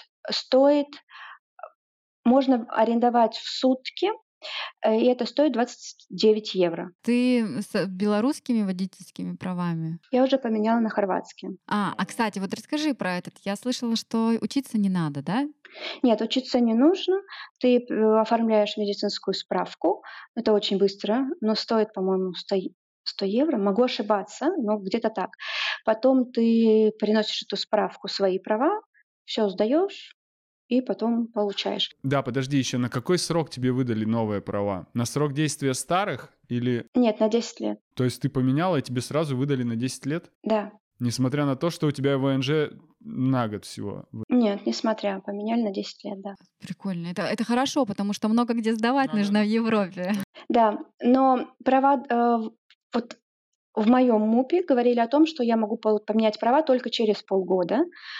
Можно арендовать в сутки, и это стоит 29 евро. Ты с белорусскими водительскими правами? Я уже поменяла на хорватские. Кстати, вот расскажи про этот. Я слышала, что учиться не надо, да? Нет, учиться не нужно. Ты оформляешь медицинскую справку. Это очень быстро, но стоит, по-моему, 100 евро. Могу ошибаться, но где-то так. Потом ты приносишь эту справку, свои права, все сдаешь, и потом получаешь. Да, подожди, еще на какой срок тебе выдали новые права? На срок действия старых или... Нет, на 10 лет. То есть ты поменяла, и тебе сразу выдали на 10 лет? Да. Несмотря на то, что у тебя ВНЖ на год всего? Нет, несмотря, поменяли на 10 лет, да. Прикольно. Это хорошо, потому что много где сдавать нужно в Европе. Да, но права... вот в моем МУПе говорили о том, что я могу поменять права только через полгода.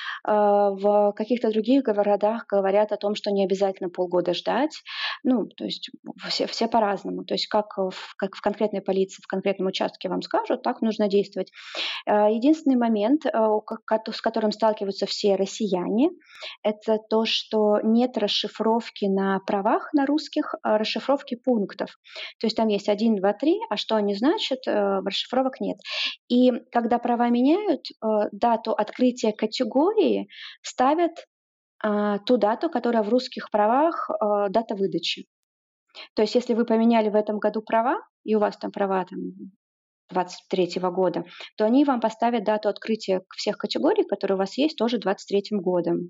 В каких-то других городах говорят о том, что не обязательно полгода ждать. Ну, то есть все по-разному. То есть как в конкретной полиции, в конкретном участке вам скажут, так нужно действовать. Единственный момент, с которым сталкиваются все россияне, это то, что нет расшифровки на правах на русских, расшифровки пунктов. То есть там есть 1, 2, 3, а что они значат, расшифровок нет. И когда права меняют, дату открытия категории ставят ту дату, которая в русских правах дата выдачи. То есть если вы поменяли в этом году права, и у вас там права 23 года, то они вам поставят дату открытия всех категорий, которые у вас есть, тоже 23 годом.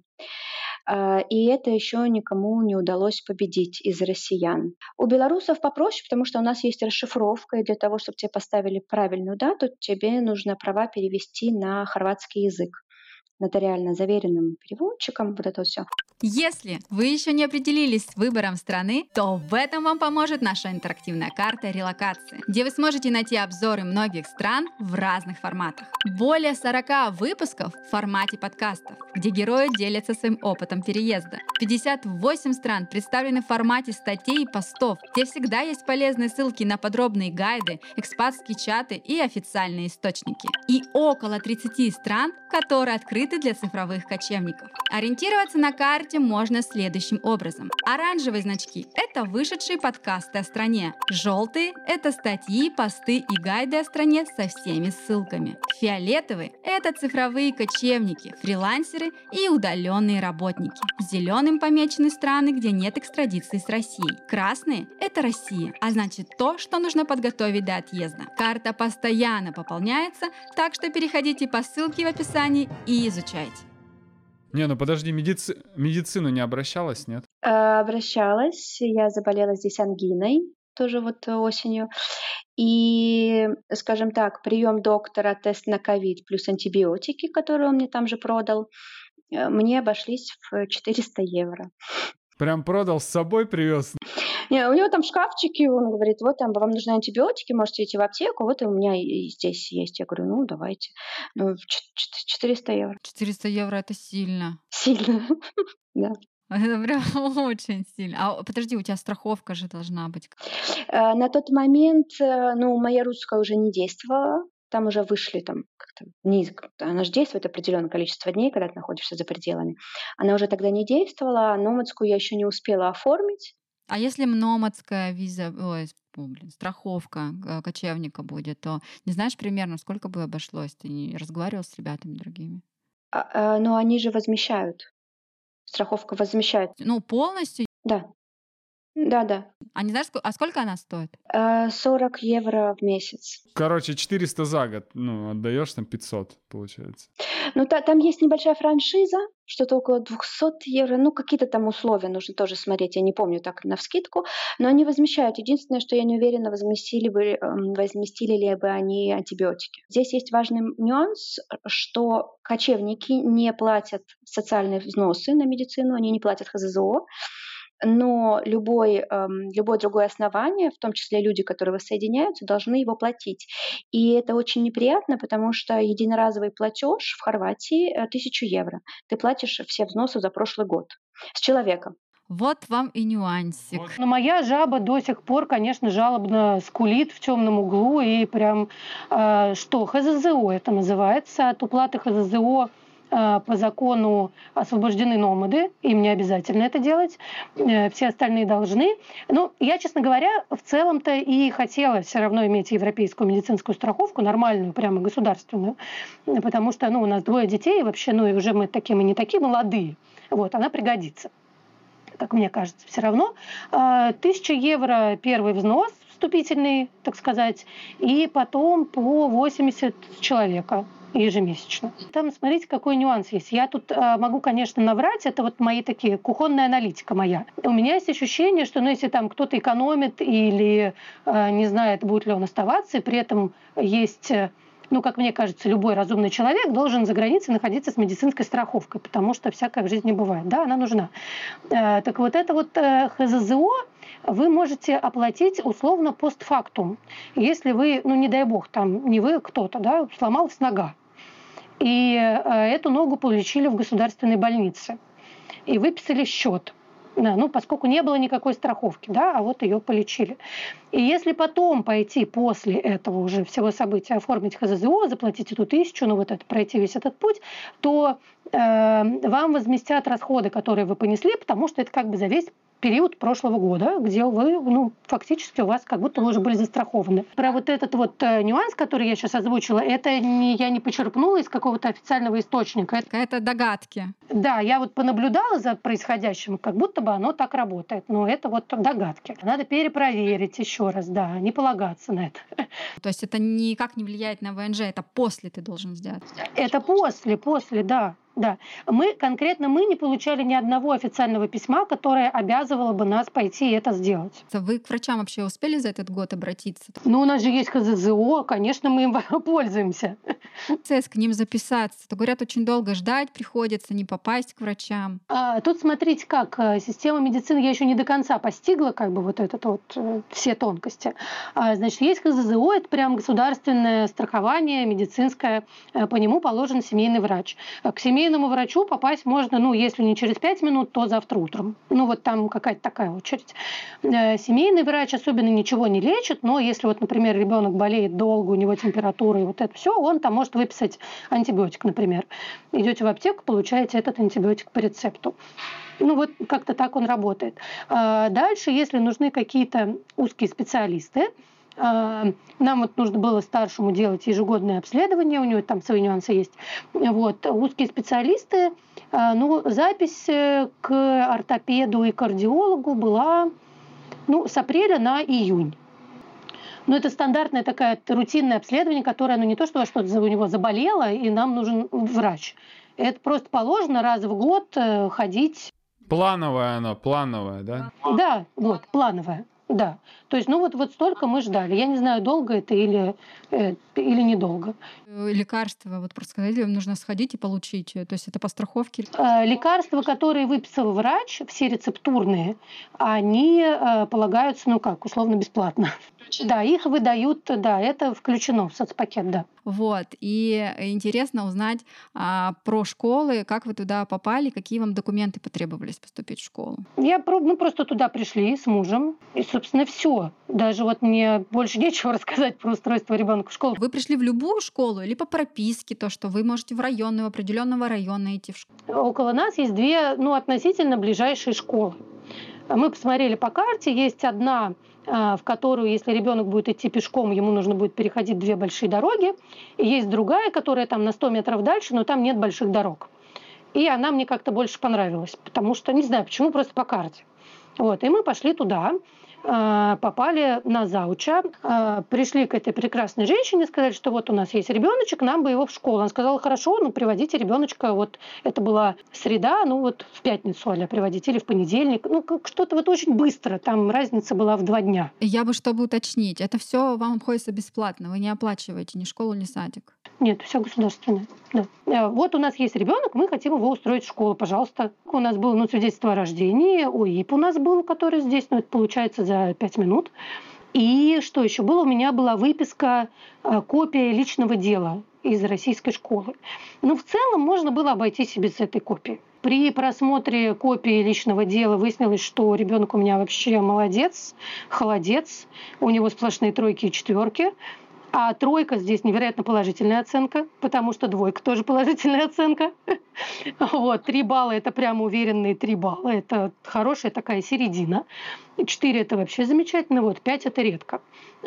И это еще никому не удалось победить из россиян. У белорусов попроще, потому что у нас есть расшифровка, и для того, чтобы тебе поставили правильную дату, тебе нужно права перевести на хорватский язык нотариально заверенным переводчиком, вот это все. Если вы еще не определились с выбором страны, то в этом вам поможет наша интерактивная карта релокации, где вы сможете найти обзоры многих стран в разных форматах. Более 40 выпусков в формате подкастов, где герои делятся своим опытом переезда. 58 стран представлены в формате статей и постов, где всегда есть полезные ссылки на подробные гайды, экспатские чаты и официальные источники. И около 30 стран, которые открыты для цифровых кочевников. Ориентироваться на карте можно следующим образом. Оранжевые значки – это вышедшие подкасты о стране. Желтые – это статьи, посты и гайды о стране со всеми ссылками. Фиолетовые – это цифровые кочевники, фрилансеры и удаленные работники. Зеленым помечены страны, где нет экстрадиции с Россией. Красные – это Россия, а значит то, что нужно подготовить до отъезда. Карта постоянно пополняется, так что переходите по ссылке в описании и изучайте. Не, ну подожди, медицину не обращалась, нет? Обращалась, я заболела здесь ангиной, тоже вот осенью. И, скажем так, прием доктора, тест на ковид плюс антибиотики, которые он мне там же продал, мне обошлись в 400 евро. Прям продал, с собой привез? Не, у него там шкафчики, он говорит, вот там вам нужны антибиотики, можете идти в аптеку, вот и у меня и здесь есть. Я говорю, ну давайте. Ну, 400 евро. 400 евро — это сильно. Сильно, да. Это прям очень сильно. А подожди, у тебя страховка же должна быть. На тот момент, ну, моя русская уже не действовала. Там уже вышли там как-то она же действует определенное количество дней, когда ты находишься за пределами. Она уже тогда не действовала, а номадскую я еще не успела оформить. А если номадская виза, страховка кочевника будет, то не знаешь примерно, сколько бы обошлось? Ты не разговаривал с ребятами другими? Но они же возмещают. Страховка возмещает. Ну, полностью? Да. Да. А не знаешь, сколько она стоит? 40 евро в месяц. Короче, 400 за год. Ну, отдаешь там 500, получается. Ну, там есть небольшая франшиза, что-то около 200 евро. Ну, какие-то там условия нужно тоже смотреть. Я не помню так навскидку. Но они возмещают. Единственное, что я не уверена, возместили ли бы они антибиотики. Здесь есть важный нюанс, что кочевники не платят социальные взносы на медицину, они не платят ХЗЗО. Но любое другое основание, в том числе люди, которые воссоединяются, должны его платить. И это очень неприятно, потому что единоразовый платеж в Хорватии 1000 евро. Ты платишь все взносы за прошлый год с человека. Вот вам и нюансик. Но моя жаба до сих пор, конечно, жалобно скулит в темном углу. И прям, что ХЗЗО это называется, от уплаты ХЗЗО по закону освобождены номады, им не обязательно это делать, все остальные должны. Но я, честно говоря, в целом-то и хотела все равно иметь европейскую медицинскую страховку, нормальную, прямо государственную, потому что у нас 2 детей, и вообще, и уже мы такие, мы не такие молодые, вот, она пригодится, как мне кажется, все равно. 1000 евро первый взнос вступительный, так сказать, и потом по 80 человека ежемесячно. Там, смотрите, какой нюанс есть. Я тут могу, конечно, наврать, это вот мои такие, кухонная аналитика моя. У меня есть ощущение, что, если там кто-то экономит или не знает, будет ли он оставаться, и при этом есть, как мне кажется, любой разумный человек должен за границей находиться с медицинской страховкой, потому что всякое в жизни бывает. Да, она нужна. Так вот это вот ХЗЗО вы можете оплатить условно постфактум. Если вы, не дай бог, там не вы, кто-то, да, сломалась нога, и эту ногу полечили в государственной больнице, и выписали счет. Поскольку не было никакой страховки, да, а вот ее полечили. И если потом пойти после этого уже всего события оформить ХЗЗО, заплатить эту 1000, пройти весь этот путь, то вам возместят расходы, которые вы понесли, потому что это как бы за весь период прошлого года, где вы, фактически у вас как будто вы уже были застрахованы. Про вот этот вот нюанс, который я сейчас озвучила, это я не почерпнула из какого-то официального источника. Это догадки. Да, я вот понаблюдала за происходящим, как будто бы оно так работает. Но это вот догадки. Надо перепроверить еще раз, да, не полагаться на это. То есть это никак не влияет на ВНЖ, это после ты должен сделать? Это после, да. Да. Мы не получали ни одного официального письма, которое обязывало бы нас пойти это сделать. Вы к врачам вообще успели за этот год обратиться? У нас же есть ХЗЗО, конечно, мы им пользуемся. К ним записаться. То говорят, очень долго ждать приходится, не попасть к врачам. Тут смотрите как. Система медицины я еще не до конца постигла, как бы вот этот вот все тонкости. Значит, есть ХЗЗО, это прям государственное страхование медицинское. По нему положен семейный врач. К семейному врачу попасть можно, если не через 5 минут, то завтра утром. Вот там какая-то такая очередь. Семейный врач особенно ничего не лечит, но если например, ребенок болеет долго, у него температура и вот это все, он там может выписать антибиотик, например. Идете в аптеку, получаете этот антибиотик по рецепту. Как-то так он работает. Дальше, если нужны какие-то узкие специалисты, нам нужно было старшему делать ежегодное обследование, у него там свои нюансы есть. Узкие специалисты, запись к ортопеду и кардиологу была с апреля на июнь. Это стандартное такое рутинное обследование, которое не то, что во что-то у него заболело, и нам нужен врач. Это просто положено раз в год ходить. Плановая она, плановая, да? Да, плановая. Да. То есть, вот столько мы ждали. Я не знаю, долго это или недолго. Лекарства, вот просто сказали, нужно сходить и получить. То есть это по страховке? Лекарства, которые выписал врач, все рецептурные, они полагаются, условно бесплатно. Да, их выдают, да, это включено в соцпакет, да. Вот. И интересно узнать про школы, как вы туда попали, какие вам документы потребовались поступить в школу. Мы просто туда пришли с мужем, и, собственно, все. Даже мне больше нечего рассказать про устройство ребенка в школу. Вы пришли в любую школу или по прописке, то, что вы можете в определенного района идти в школу? Около нас есть две, относительно ближайшие школы. Мы посмотрели по карте, есть одна, в которую, если ребенок будет идти пешком, ему нужно будет переходить 2 большие дороги. И есть другая, которая там на 100 метров дальше, но там нет больших дорог. И она мне как-то больше понравилась, потому что, не знаю почему, просто по карте. И мы пошли туда, попали на зауча, пришли к этой прекрасной женщине, сказали, что вот у нас есть ребеночек, нам бы его в школу. Она сказала, хорошо, приводите ребеночка, это была среда, в пятницу приводите, или в понедельник, что-то очень быстро, там разница была в 2 дня. Я бы, чтобы уточнить, это все вам обходится бесплатно, вы не оплачиваете ни школу, ни садик? Нет, все государственное. Да. Вот у нас есть ребенок, мы хотим его устроить в школу, пожалуйста. У нас было свидетельство о рождении, ОИП у нас был, который здесь, это получается за 5 минут. И что еще было? У меня была выписка, копия личного дела из российской школы. В целом можно было обойтись и без этой копии. При просмотре копии личного дела выяснилось, что ребенок у меня вообще молодец, холодец, у него сплошные 3 и 4. А 3 здесь невероятно положительная оценка, потому что 2 тоже положительная оценка. 3 балла – это прямо уверенные 3 балла. Это хорошая такая середина. 4 – это вообще замечательно, 5 – это редко.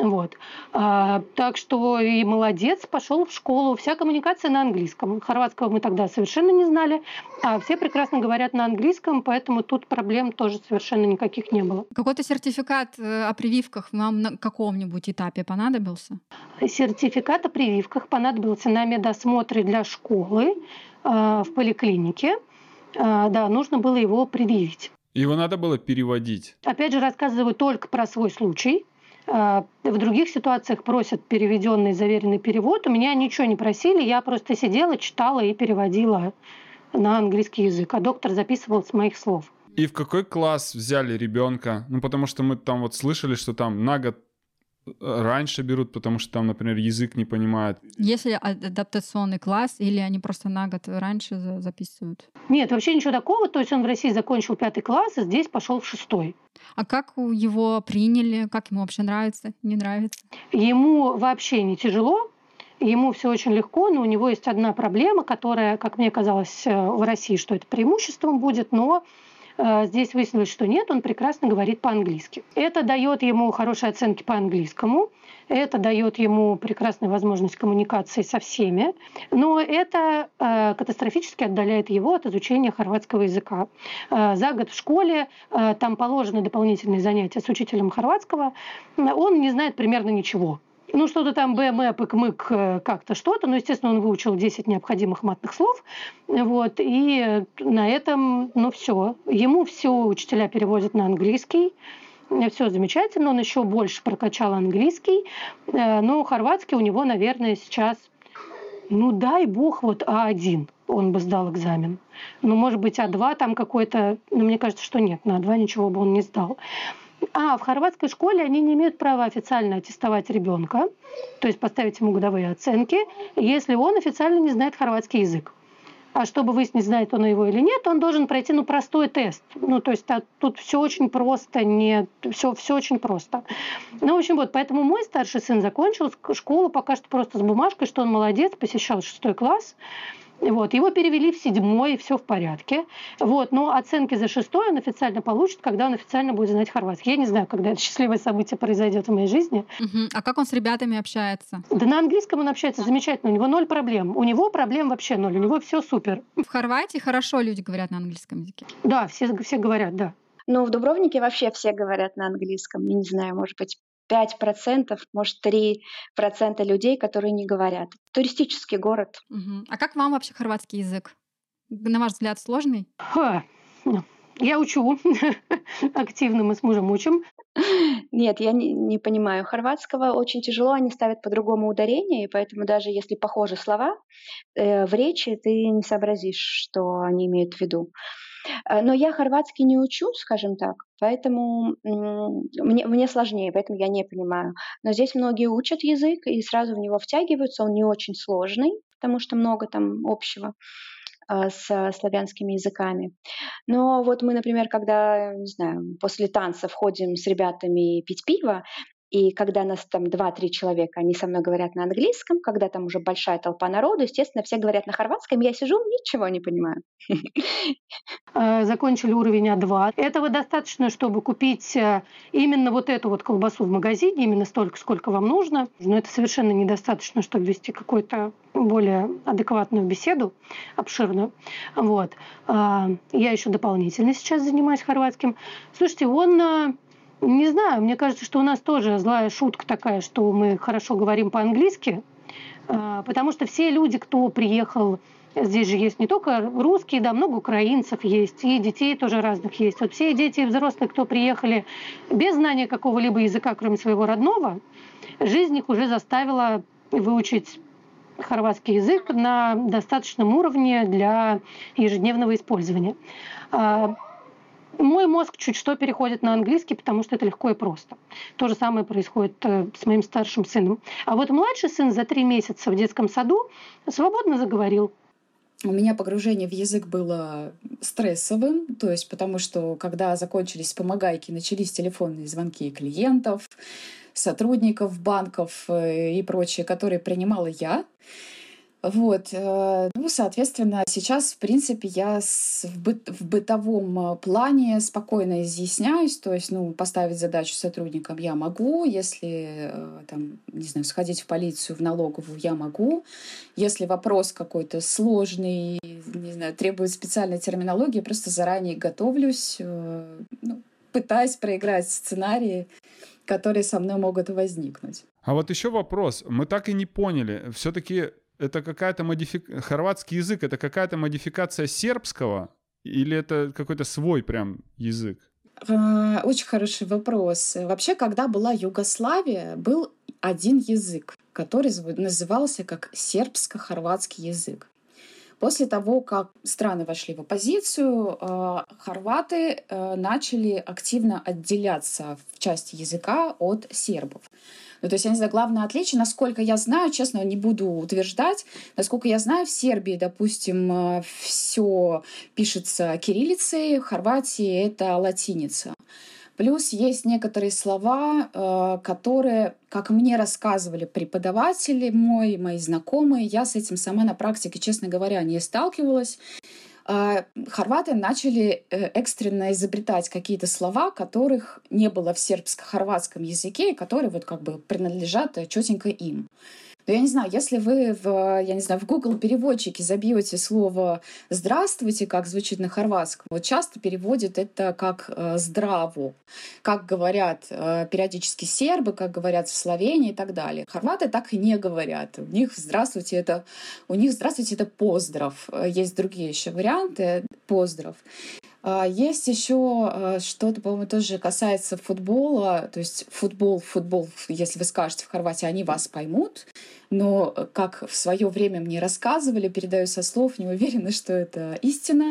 Так что и молодец, пошел в школу. Вся коммуникация на английском. Хорватского мы тогда совершенно не знали, а все прекрасно говорят на английском, поэтому тут проблем тоже совершенно никаких не было. Какой-то сертификат о прививках вам на каком-нибудь этапе понадобился? Сертификат о прививках понадобился на медосмотре для школы в поликлинике. Да, нужно было его предъявить. Его надо было переводить? Опять же, рассказываю только про свой случай. В других ситуациях просят переведенный, заверенный перевод. У меня ничего не просили, я просто сидела, читала и переводила на английский язык, а доктор записывал с моих слов. И в какой класс взяли ребенка? Потому что мы там слышали, что там на год раньше берут, потому что там, например, язык не понимают. Если адаптационный класс, или они просто на год раньше записывают? Нет, вообще ничего такого. То есть он в России закончил 5 класс, а здесь пошел в 6. А как его приняли? Как ему вообще нравится, не нравится? Ему вообще не тяжело. Ему все очень легко, но у него есть одна проблема, которая, как мне казалось, в России, что это преимуществом будет, но здесь выяснилось, что нет, он прекрасно говорит по-английски. Это дает ему хорошие оценки по английскому, это дает ему прекрасную возможность коммуникации со всеми, но это катастрофически отдаляет его от изучения хорватского языка. За год в школе там положены дополнительные занятия с учителем хорватского, он не знает примерно ничего. Что-то там БМЭП, КМЫК, как-то что-то. Но, естественно, он выучил 10 необходимых матных слов. И на этом, все. Ему все учителя переводят на английский. Все замечательно. Он еще больше прокачал английский. Но хорватский у него, наверное, сейчас, дай бог, А1 он бы сдал экзамен. Может быть, А2 там какой-то... мне кажется, что нет, на А2 ничего бы он не сдал. В хорватской школе они не имеют права официально аттестовать ребенка, то есть поставить ему годовые оценки, если он официально не знает хорватский язык. А чтобы выяснить, знает он его или нет, он должен пройти простой тест. То есть тут все очень просто, все очень просто. В общем, поэтому мой старший сын закончил школу пока что просто с бумажкой, что он молодец, посещал 6 класс. Его перевели в 7, все в порядке. Но оценки за 6 он официально получит, когда он официально будет знать хорватский. Я не знаю, когда это счастливое событие произойдет в моей жизни. А как он с ребятами общается? Да на английском он общается замечательно, у него 0 проблем. У него проблем вообще 0, у него все супер. В Хорватии хорошо люди говорят на английском языке? Да, все говорят, да. В Дубровнике вообще все говорят на английском. Я не знаю, может быть, 5%, может, 3% людей, которые не говорят. Туристический город. А как вам вообще хорватский язык? На ваш взгляд, сложный? Я учу активно, мы с мужем учим. Нет, я не понимаю хорватского. Очень тяжело, они ставят по-другому ударение, и поэтому даже если похожи слова, в речи ты не сообразишь, что они имеют в виду. Но я хорватский не учу, скажем так, поэтому мне сложнее, поэтому я не понимаю. Но здесь многие учат язык и сразу в него втягиваются. Он не очень сложный, потому что много там общего с славянскими языками. Но вот мы, например, когда, не знаю, после танцев ходим с ребятами пить пиво, и когда нас там 2-3 человека, они со мной говорят на английском, когда там уже большая толпа народу, естественно, все говорят на хорватском, я сижу, ничего не понимаю. Закончили уровень А2. Этого достаточно, чтобы купить именно вот эту вот колбасу в магазине, именно столько, сколько вам нужно. Но это совершенно недостаточно, чтобы вести какую-то более адекватную беседу, обширную. Вот. Я еще дополнительно сейчас занимаюсь хорватским. Слушайте, он... Не знаю, мне кажется, что у нас тоже злая шутка такая, что мы хорошо говорим по-английски, потому что все люди, кто приехал, здесь же есть не только русские, да, много украинцев есть, и детей тоже разных есть. Вот все дети и взрослые, кто приехали без знания какого-либо языка, кроме своего родного, жизнь их уже заставила выучить хорватский язык на достаточном уровне для ежедневного использования. Мой мозг чуть что переходит на английский, потому что это легко и просто. То же самое происходит с моим старшим сыном. А вот младший сын за 3 месяца в детском саду свободно заговорил. У меня погружение в язык было стрессовым, то есть потому что, когда закончились помогайки, начались телефонные звонки клиентов, сотрудников банков и прочее, которые принимала я. Вот, ну, соответственно, сейчас, в принципе, я в бытовом плане спокойно изъясняюсь, то есть, ну, поставить задачу сотрудникам я могу, если, там, не знаю, сходить в полицию, в налоговую я могу, если вопрос какой-то сложный, не знаю, требует специальной терминологии, просто заранее готовлюсь, ну, пытаюсь проиграть сценарии, которые со мной могут возникнуть. А вот еще вопрос, мы так и не поняли, все-таки это какая-то хорватский язык, это какая-то модификация сербского или это какой-то свой прям язык? Очень хороший вопрос. Вообще, когда была Югославия, был один язык, который назывался как сербско-хорватский язык. После того, как страны вошли в оппозицию, хорваты начали активно отделяться в части языка от сербов. Ну, то есть, я не знаю, главное отличие, насколько я знаю, честно, не буду утверждать, насколько я знаю, в Сербии, допустим, все пишется кириллицей, в Хорватии это латиница. Плюс есть некоторые слова, которые, как мне рассказывали преподаватели мои знакомые, я с этим сама на практике, честно говоря, не сталкивалась. Хорваты начали экстренно изобретать какие-то слова, которых не было в сербско-хорватском языке, и которые вот как бы принадлежат чётенько им. Но я не знаю, если вы в Google переводчике забьете слово «здравствуйте», как звучит на хорватском, вот часто переводят это как «здраво», как говорят периодически сербы, как говорят в Словении и так далее. Хорваты так и не говорят. У них «здравствуйте» это «поздрав». Есть другие еще варианты «поздрав». Есть еще что-то, по-моему, тоже касается футбола. То есть футбол, если вы скажете в Хорватии, они вас поймут. Но, как в свое время мне рассказывали, передаю со слов, не уверена, что это истина.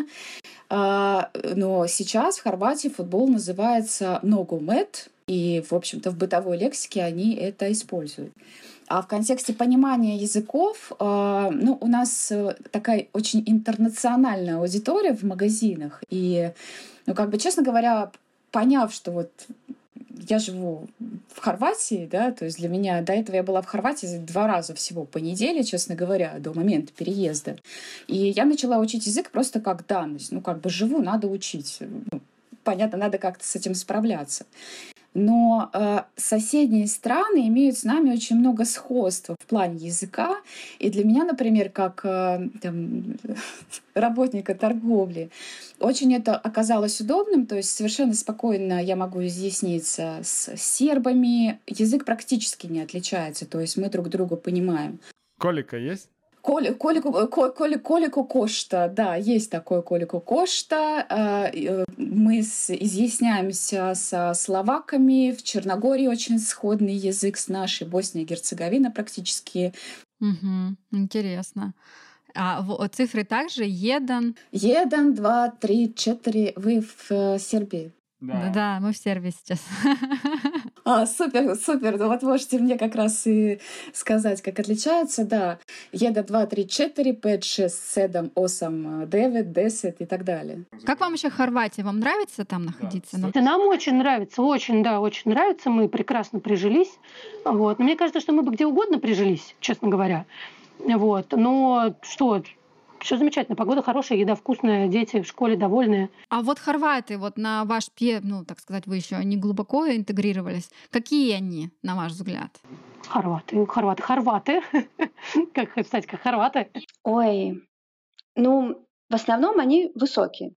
Но сейчас в Хорватии футбол называется ногомет. И, в общем-то, в бытовой лексике они это используют. А в контексте понимания языков, у нас такая очень интернациональная аудитория в магазинах. И, честно говоря, поняв, что вот я живу в Хорватии, да, то есть для меня до этого я была в Хорватии 2 раза всего по неделе, честно говоря, до момента переезда. И я начала учить язык просто как данность. Живу, надо учить. Понятно, надо как-то с этим справляться. Но соседние страны имеют с нами очень много сходства в плане языка. И для меня, например, как работника торговли, очень это оказалось удобным. То есть совершенно спокойно я могу изъясниться с сербами. Язык практически не отличается. То есть мы друг друга понимаем. Колика есть? Колику Кошта, да, есть такой Колику Кошта. Мы изъясняемся со словаками. В Черногории очень сходный язык с нашей, Босния и Герцеговина практически. Интересно. А цифры также? 1, 2, 3, 4. Вы в Сербии? Да, мы в Сербии сейчас. Супер. Ну вот можете мне как раз и сказать, как отличаются. Да, 1, 2, 3, 4, 5, 6, 7, 8, 9, 10 и так далее. Как вам еще Хорватия? Вам нравится там находиться? Это нам очень нравится, очень нравится. Мы прекрасно прижились. Вот. Но мне кажется, что мы бы где угодно прижились, честно говоря. Вот. Но что... Все замечательно, погода хорошая, еда вкусная, дети в школе довольные. А вот хорваты, вот на ваш так сказать, вы еще не глубоко интегрировались. Какие они, на ваш взгляд? Хорваты. Как сказать, как хорваты? Ой, в основном они высокие.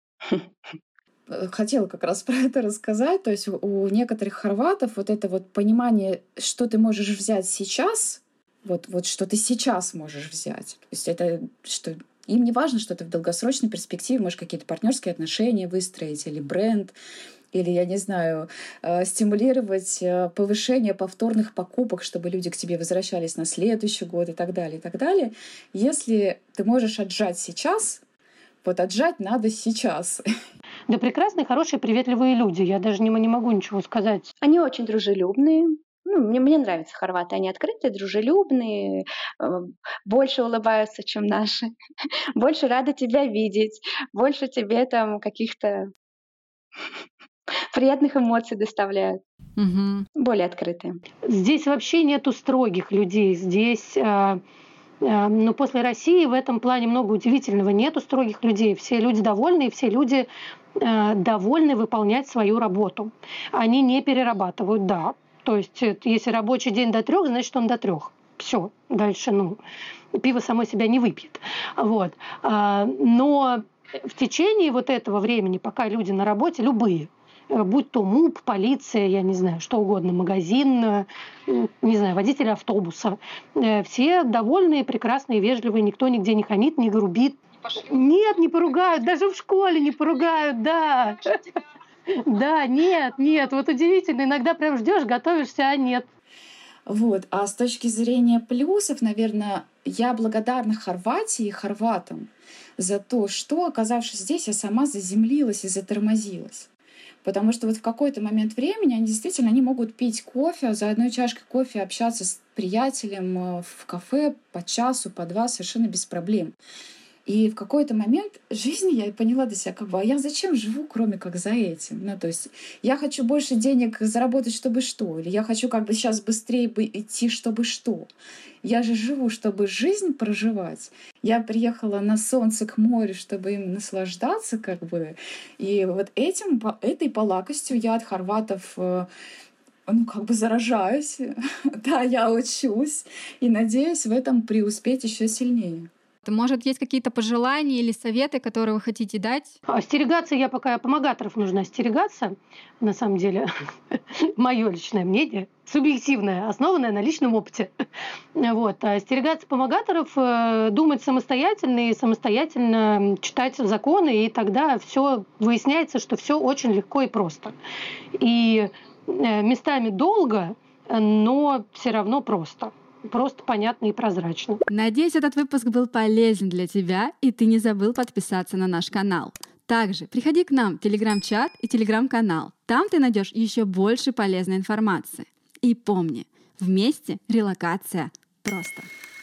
Хотела как раз про это рассказать. То есть у некоторых хорватов вот это вот понимание, что ты можешь взять сейчас, вот что ты сейчас можешь взять. То есть это что им не важно, что ты в долгосрочной перспективе можешь какие-то партнерские отношения выстроить или бренд, или, я не знаю, стимулировать повышение повторных покупок, чтобы люди к тебе возвращались на следующий год и так далее, и так далее. Если ты можешь отжать сейчас, отжать надо сейчас. Да прекрасные, хорошие, приветливые люди. Я даже не могу ничего сказать. Они очень дружелюбные. Мне нравятся хорваты. Они открытые, дружелюбные, больше улыбаются, чем наши, больше рады тебя видеть, больше тебе там каких-то приятных эмоций доставляют. Более открытые. Здесь вообще нету строгих людей. Здесь, после России в этом плане много удивительного. Нету строгих людей. Все люди довольны, и все люди довольны выполнять свою работу. Они не перерабатывают, да. То есть, если рабочий день до 3, значит, он до 3. Все, дальше, пиво само себя не выпьет. Вот. Но в течение вот этого времени, пока люди на работе, любые, будь то МУП, полиция, я не знаю, что угодно, магазин, не знаю, водитель автобуса, все довольные, прекрасные, вежливые, никто нигде не хамит, не грубит. Нет, не поругают, даже в школе не поругают, да. Да, нет, вот удивительно. Иногда прям ждешь, готовишься, а нет. А с точки зрения плюсов, наверное, я благодарна Хорватии и хорватам за то, что, оказавшись здесь, я сама заземлилась и затормозилась. Потому что в какой-то момент времени они могут пить кофе, за одной чашкой кофе общаться с приятелем в кафе по часу, по 2 совершенно без проблем. И в какой-то момент жизни я поняла для себя, а я зачем живу, кроме как за этим? То есть я хочу больше денег заработать, чтобы что? Или я хочу сейчас быстрее идти, чтобы что? Я же живу, чтобы жизнь проживать. Я приехала на солнце к морю, чтобы им наслаждаться, И этой палакостью я от хорватов заражаюсь. Да, я учусь и надеюсь в этом преуспеть еще сильнее. Может, есть какие-то пожелания или советы, которые вы хотите дать? Остерегаться помогаторов нужно остерегаться, на самом деле. Мое личное мнение, субъективное, основанное на личном опыте. Остерегаться помогаторов, думать самостоятельно и самостоятельно читать законы, и тогда все выясняется, что все очень легко и просто. И местами долго, но все равно просто. Просто понятно и прозрачно. Надеюсь, этот выпуск был полезен для тебя, и ты не забыл подписаться на наш канал. Также приходи к нам в Телеграм-чат и Телеграм-канал. Там ты найдешь еще больше полезной информации. И помни, вместе релокация просто.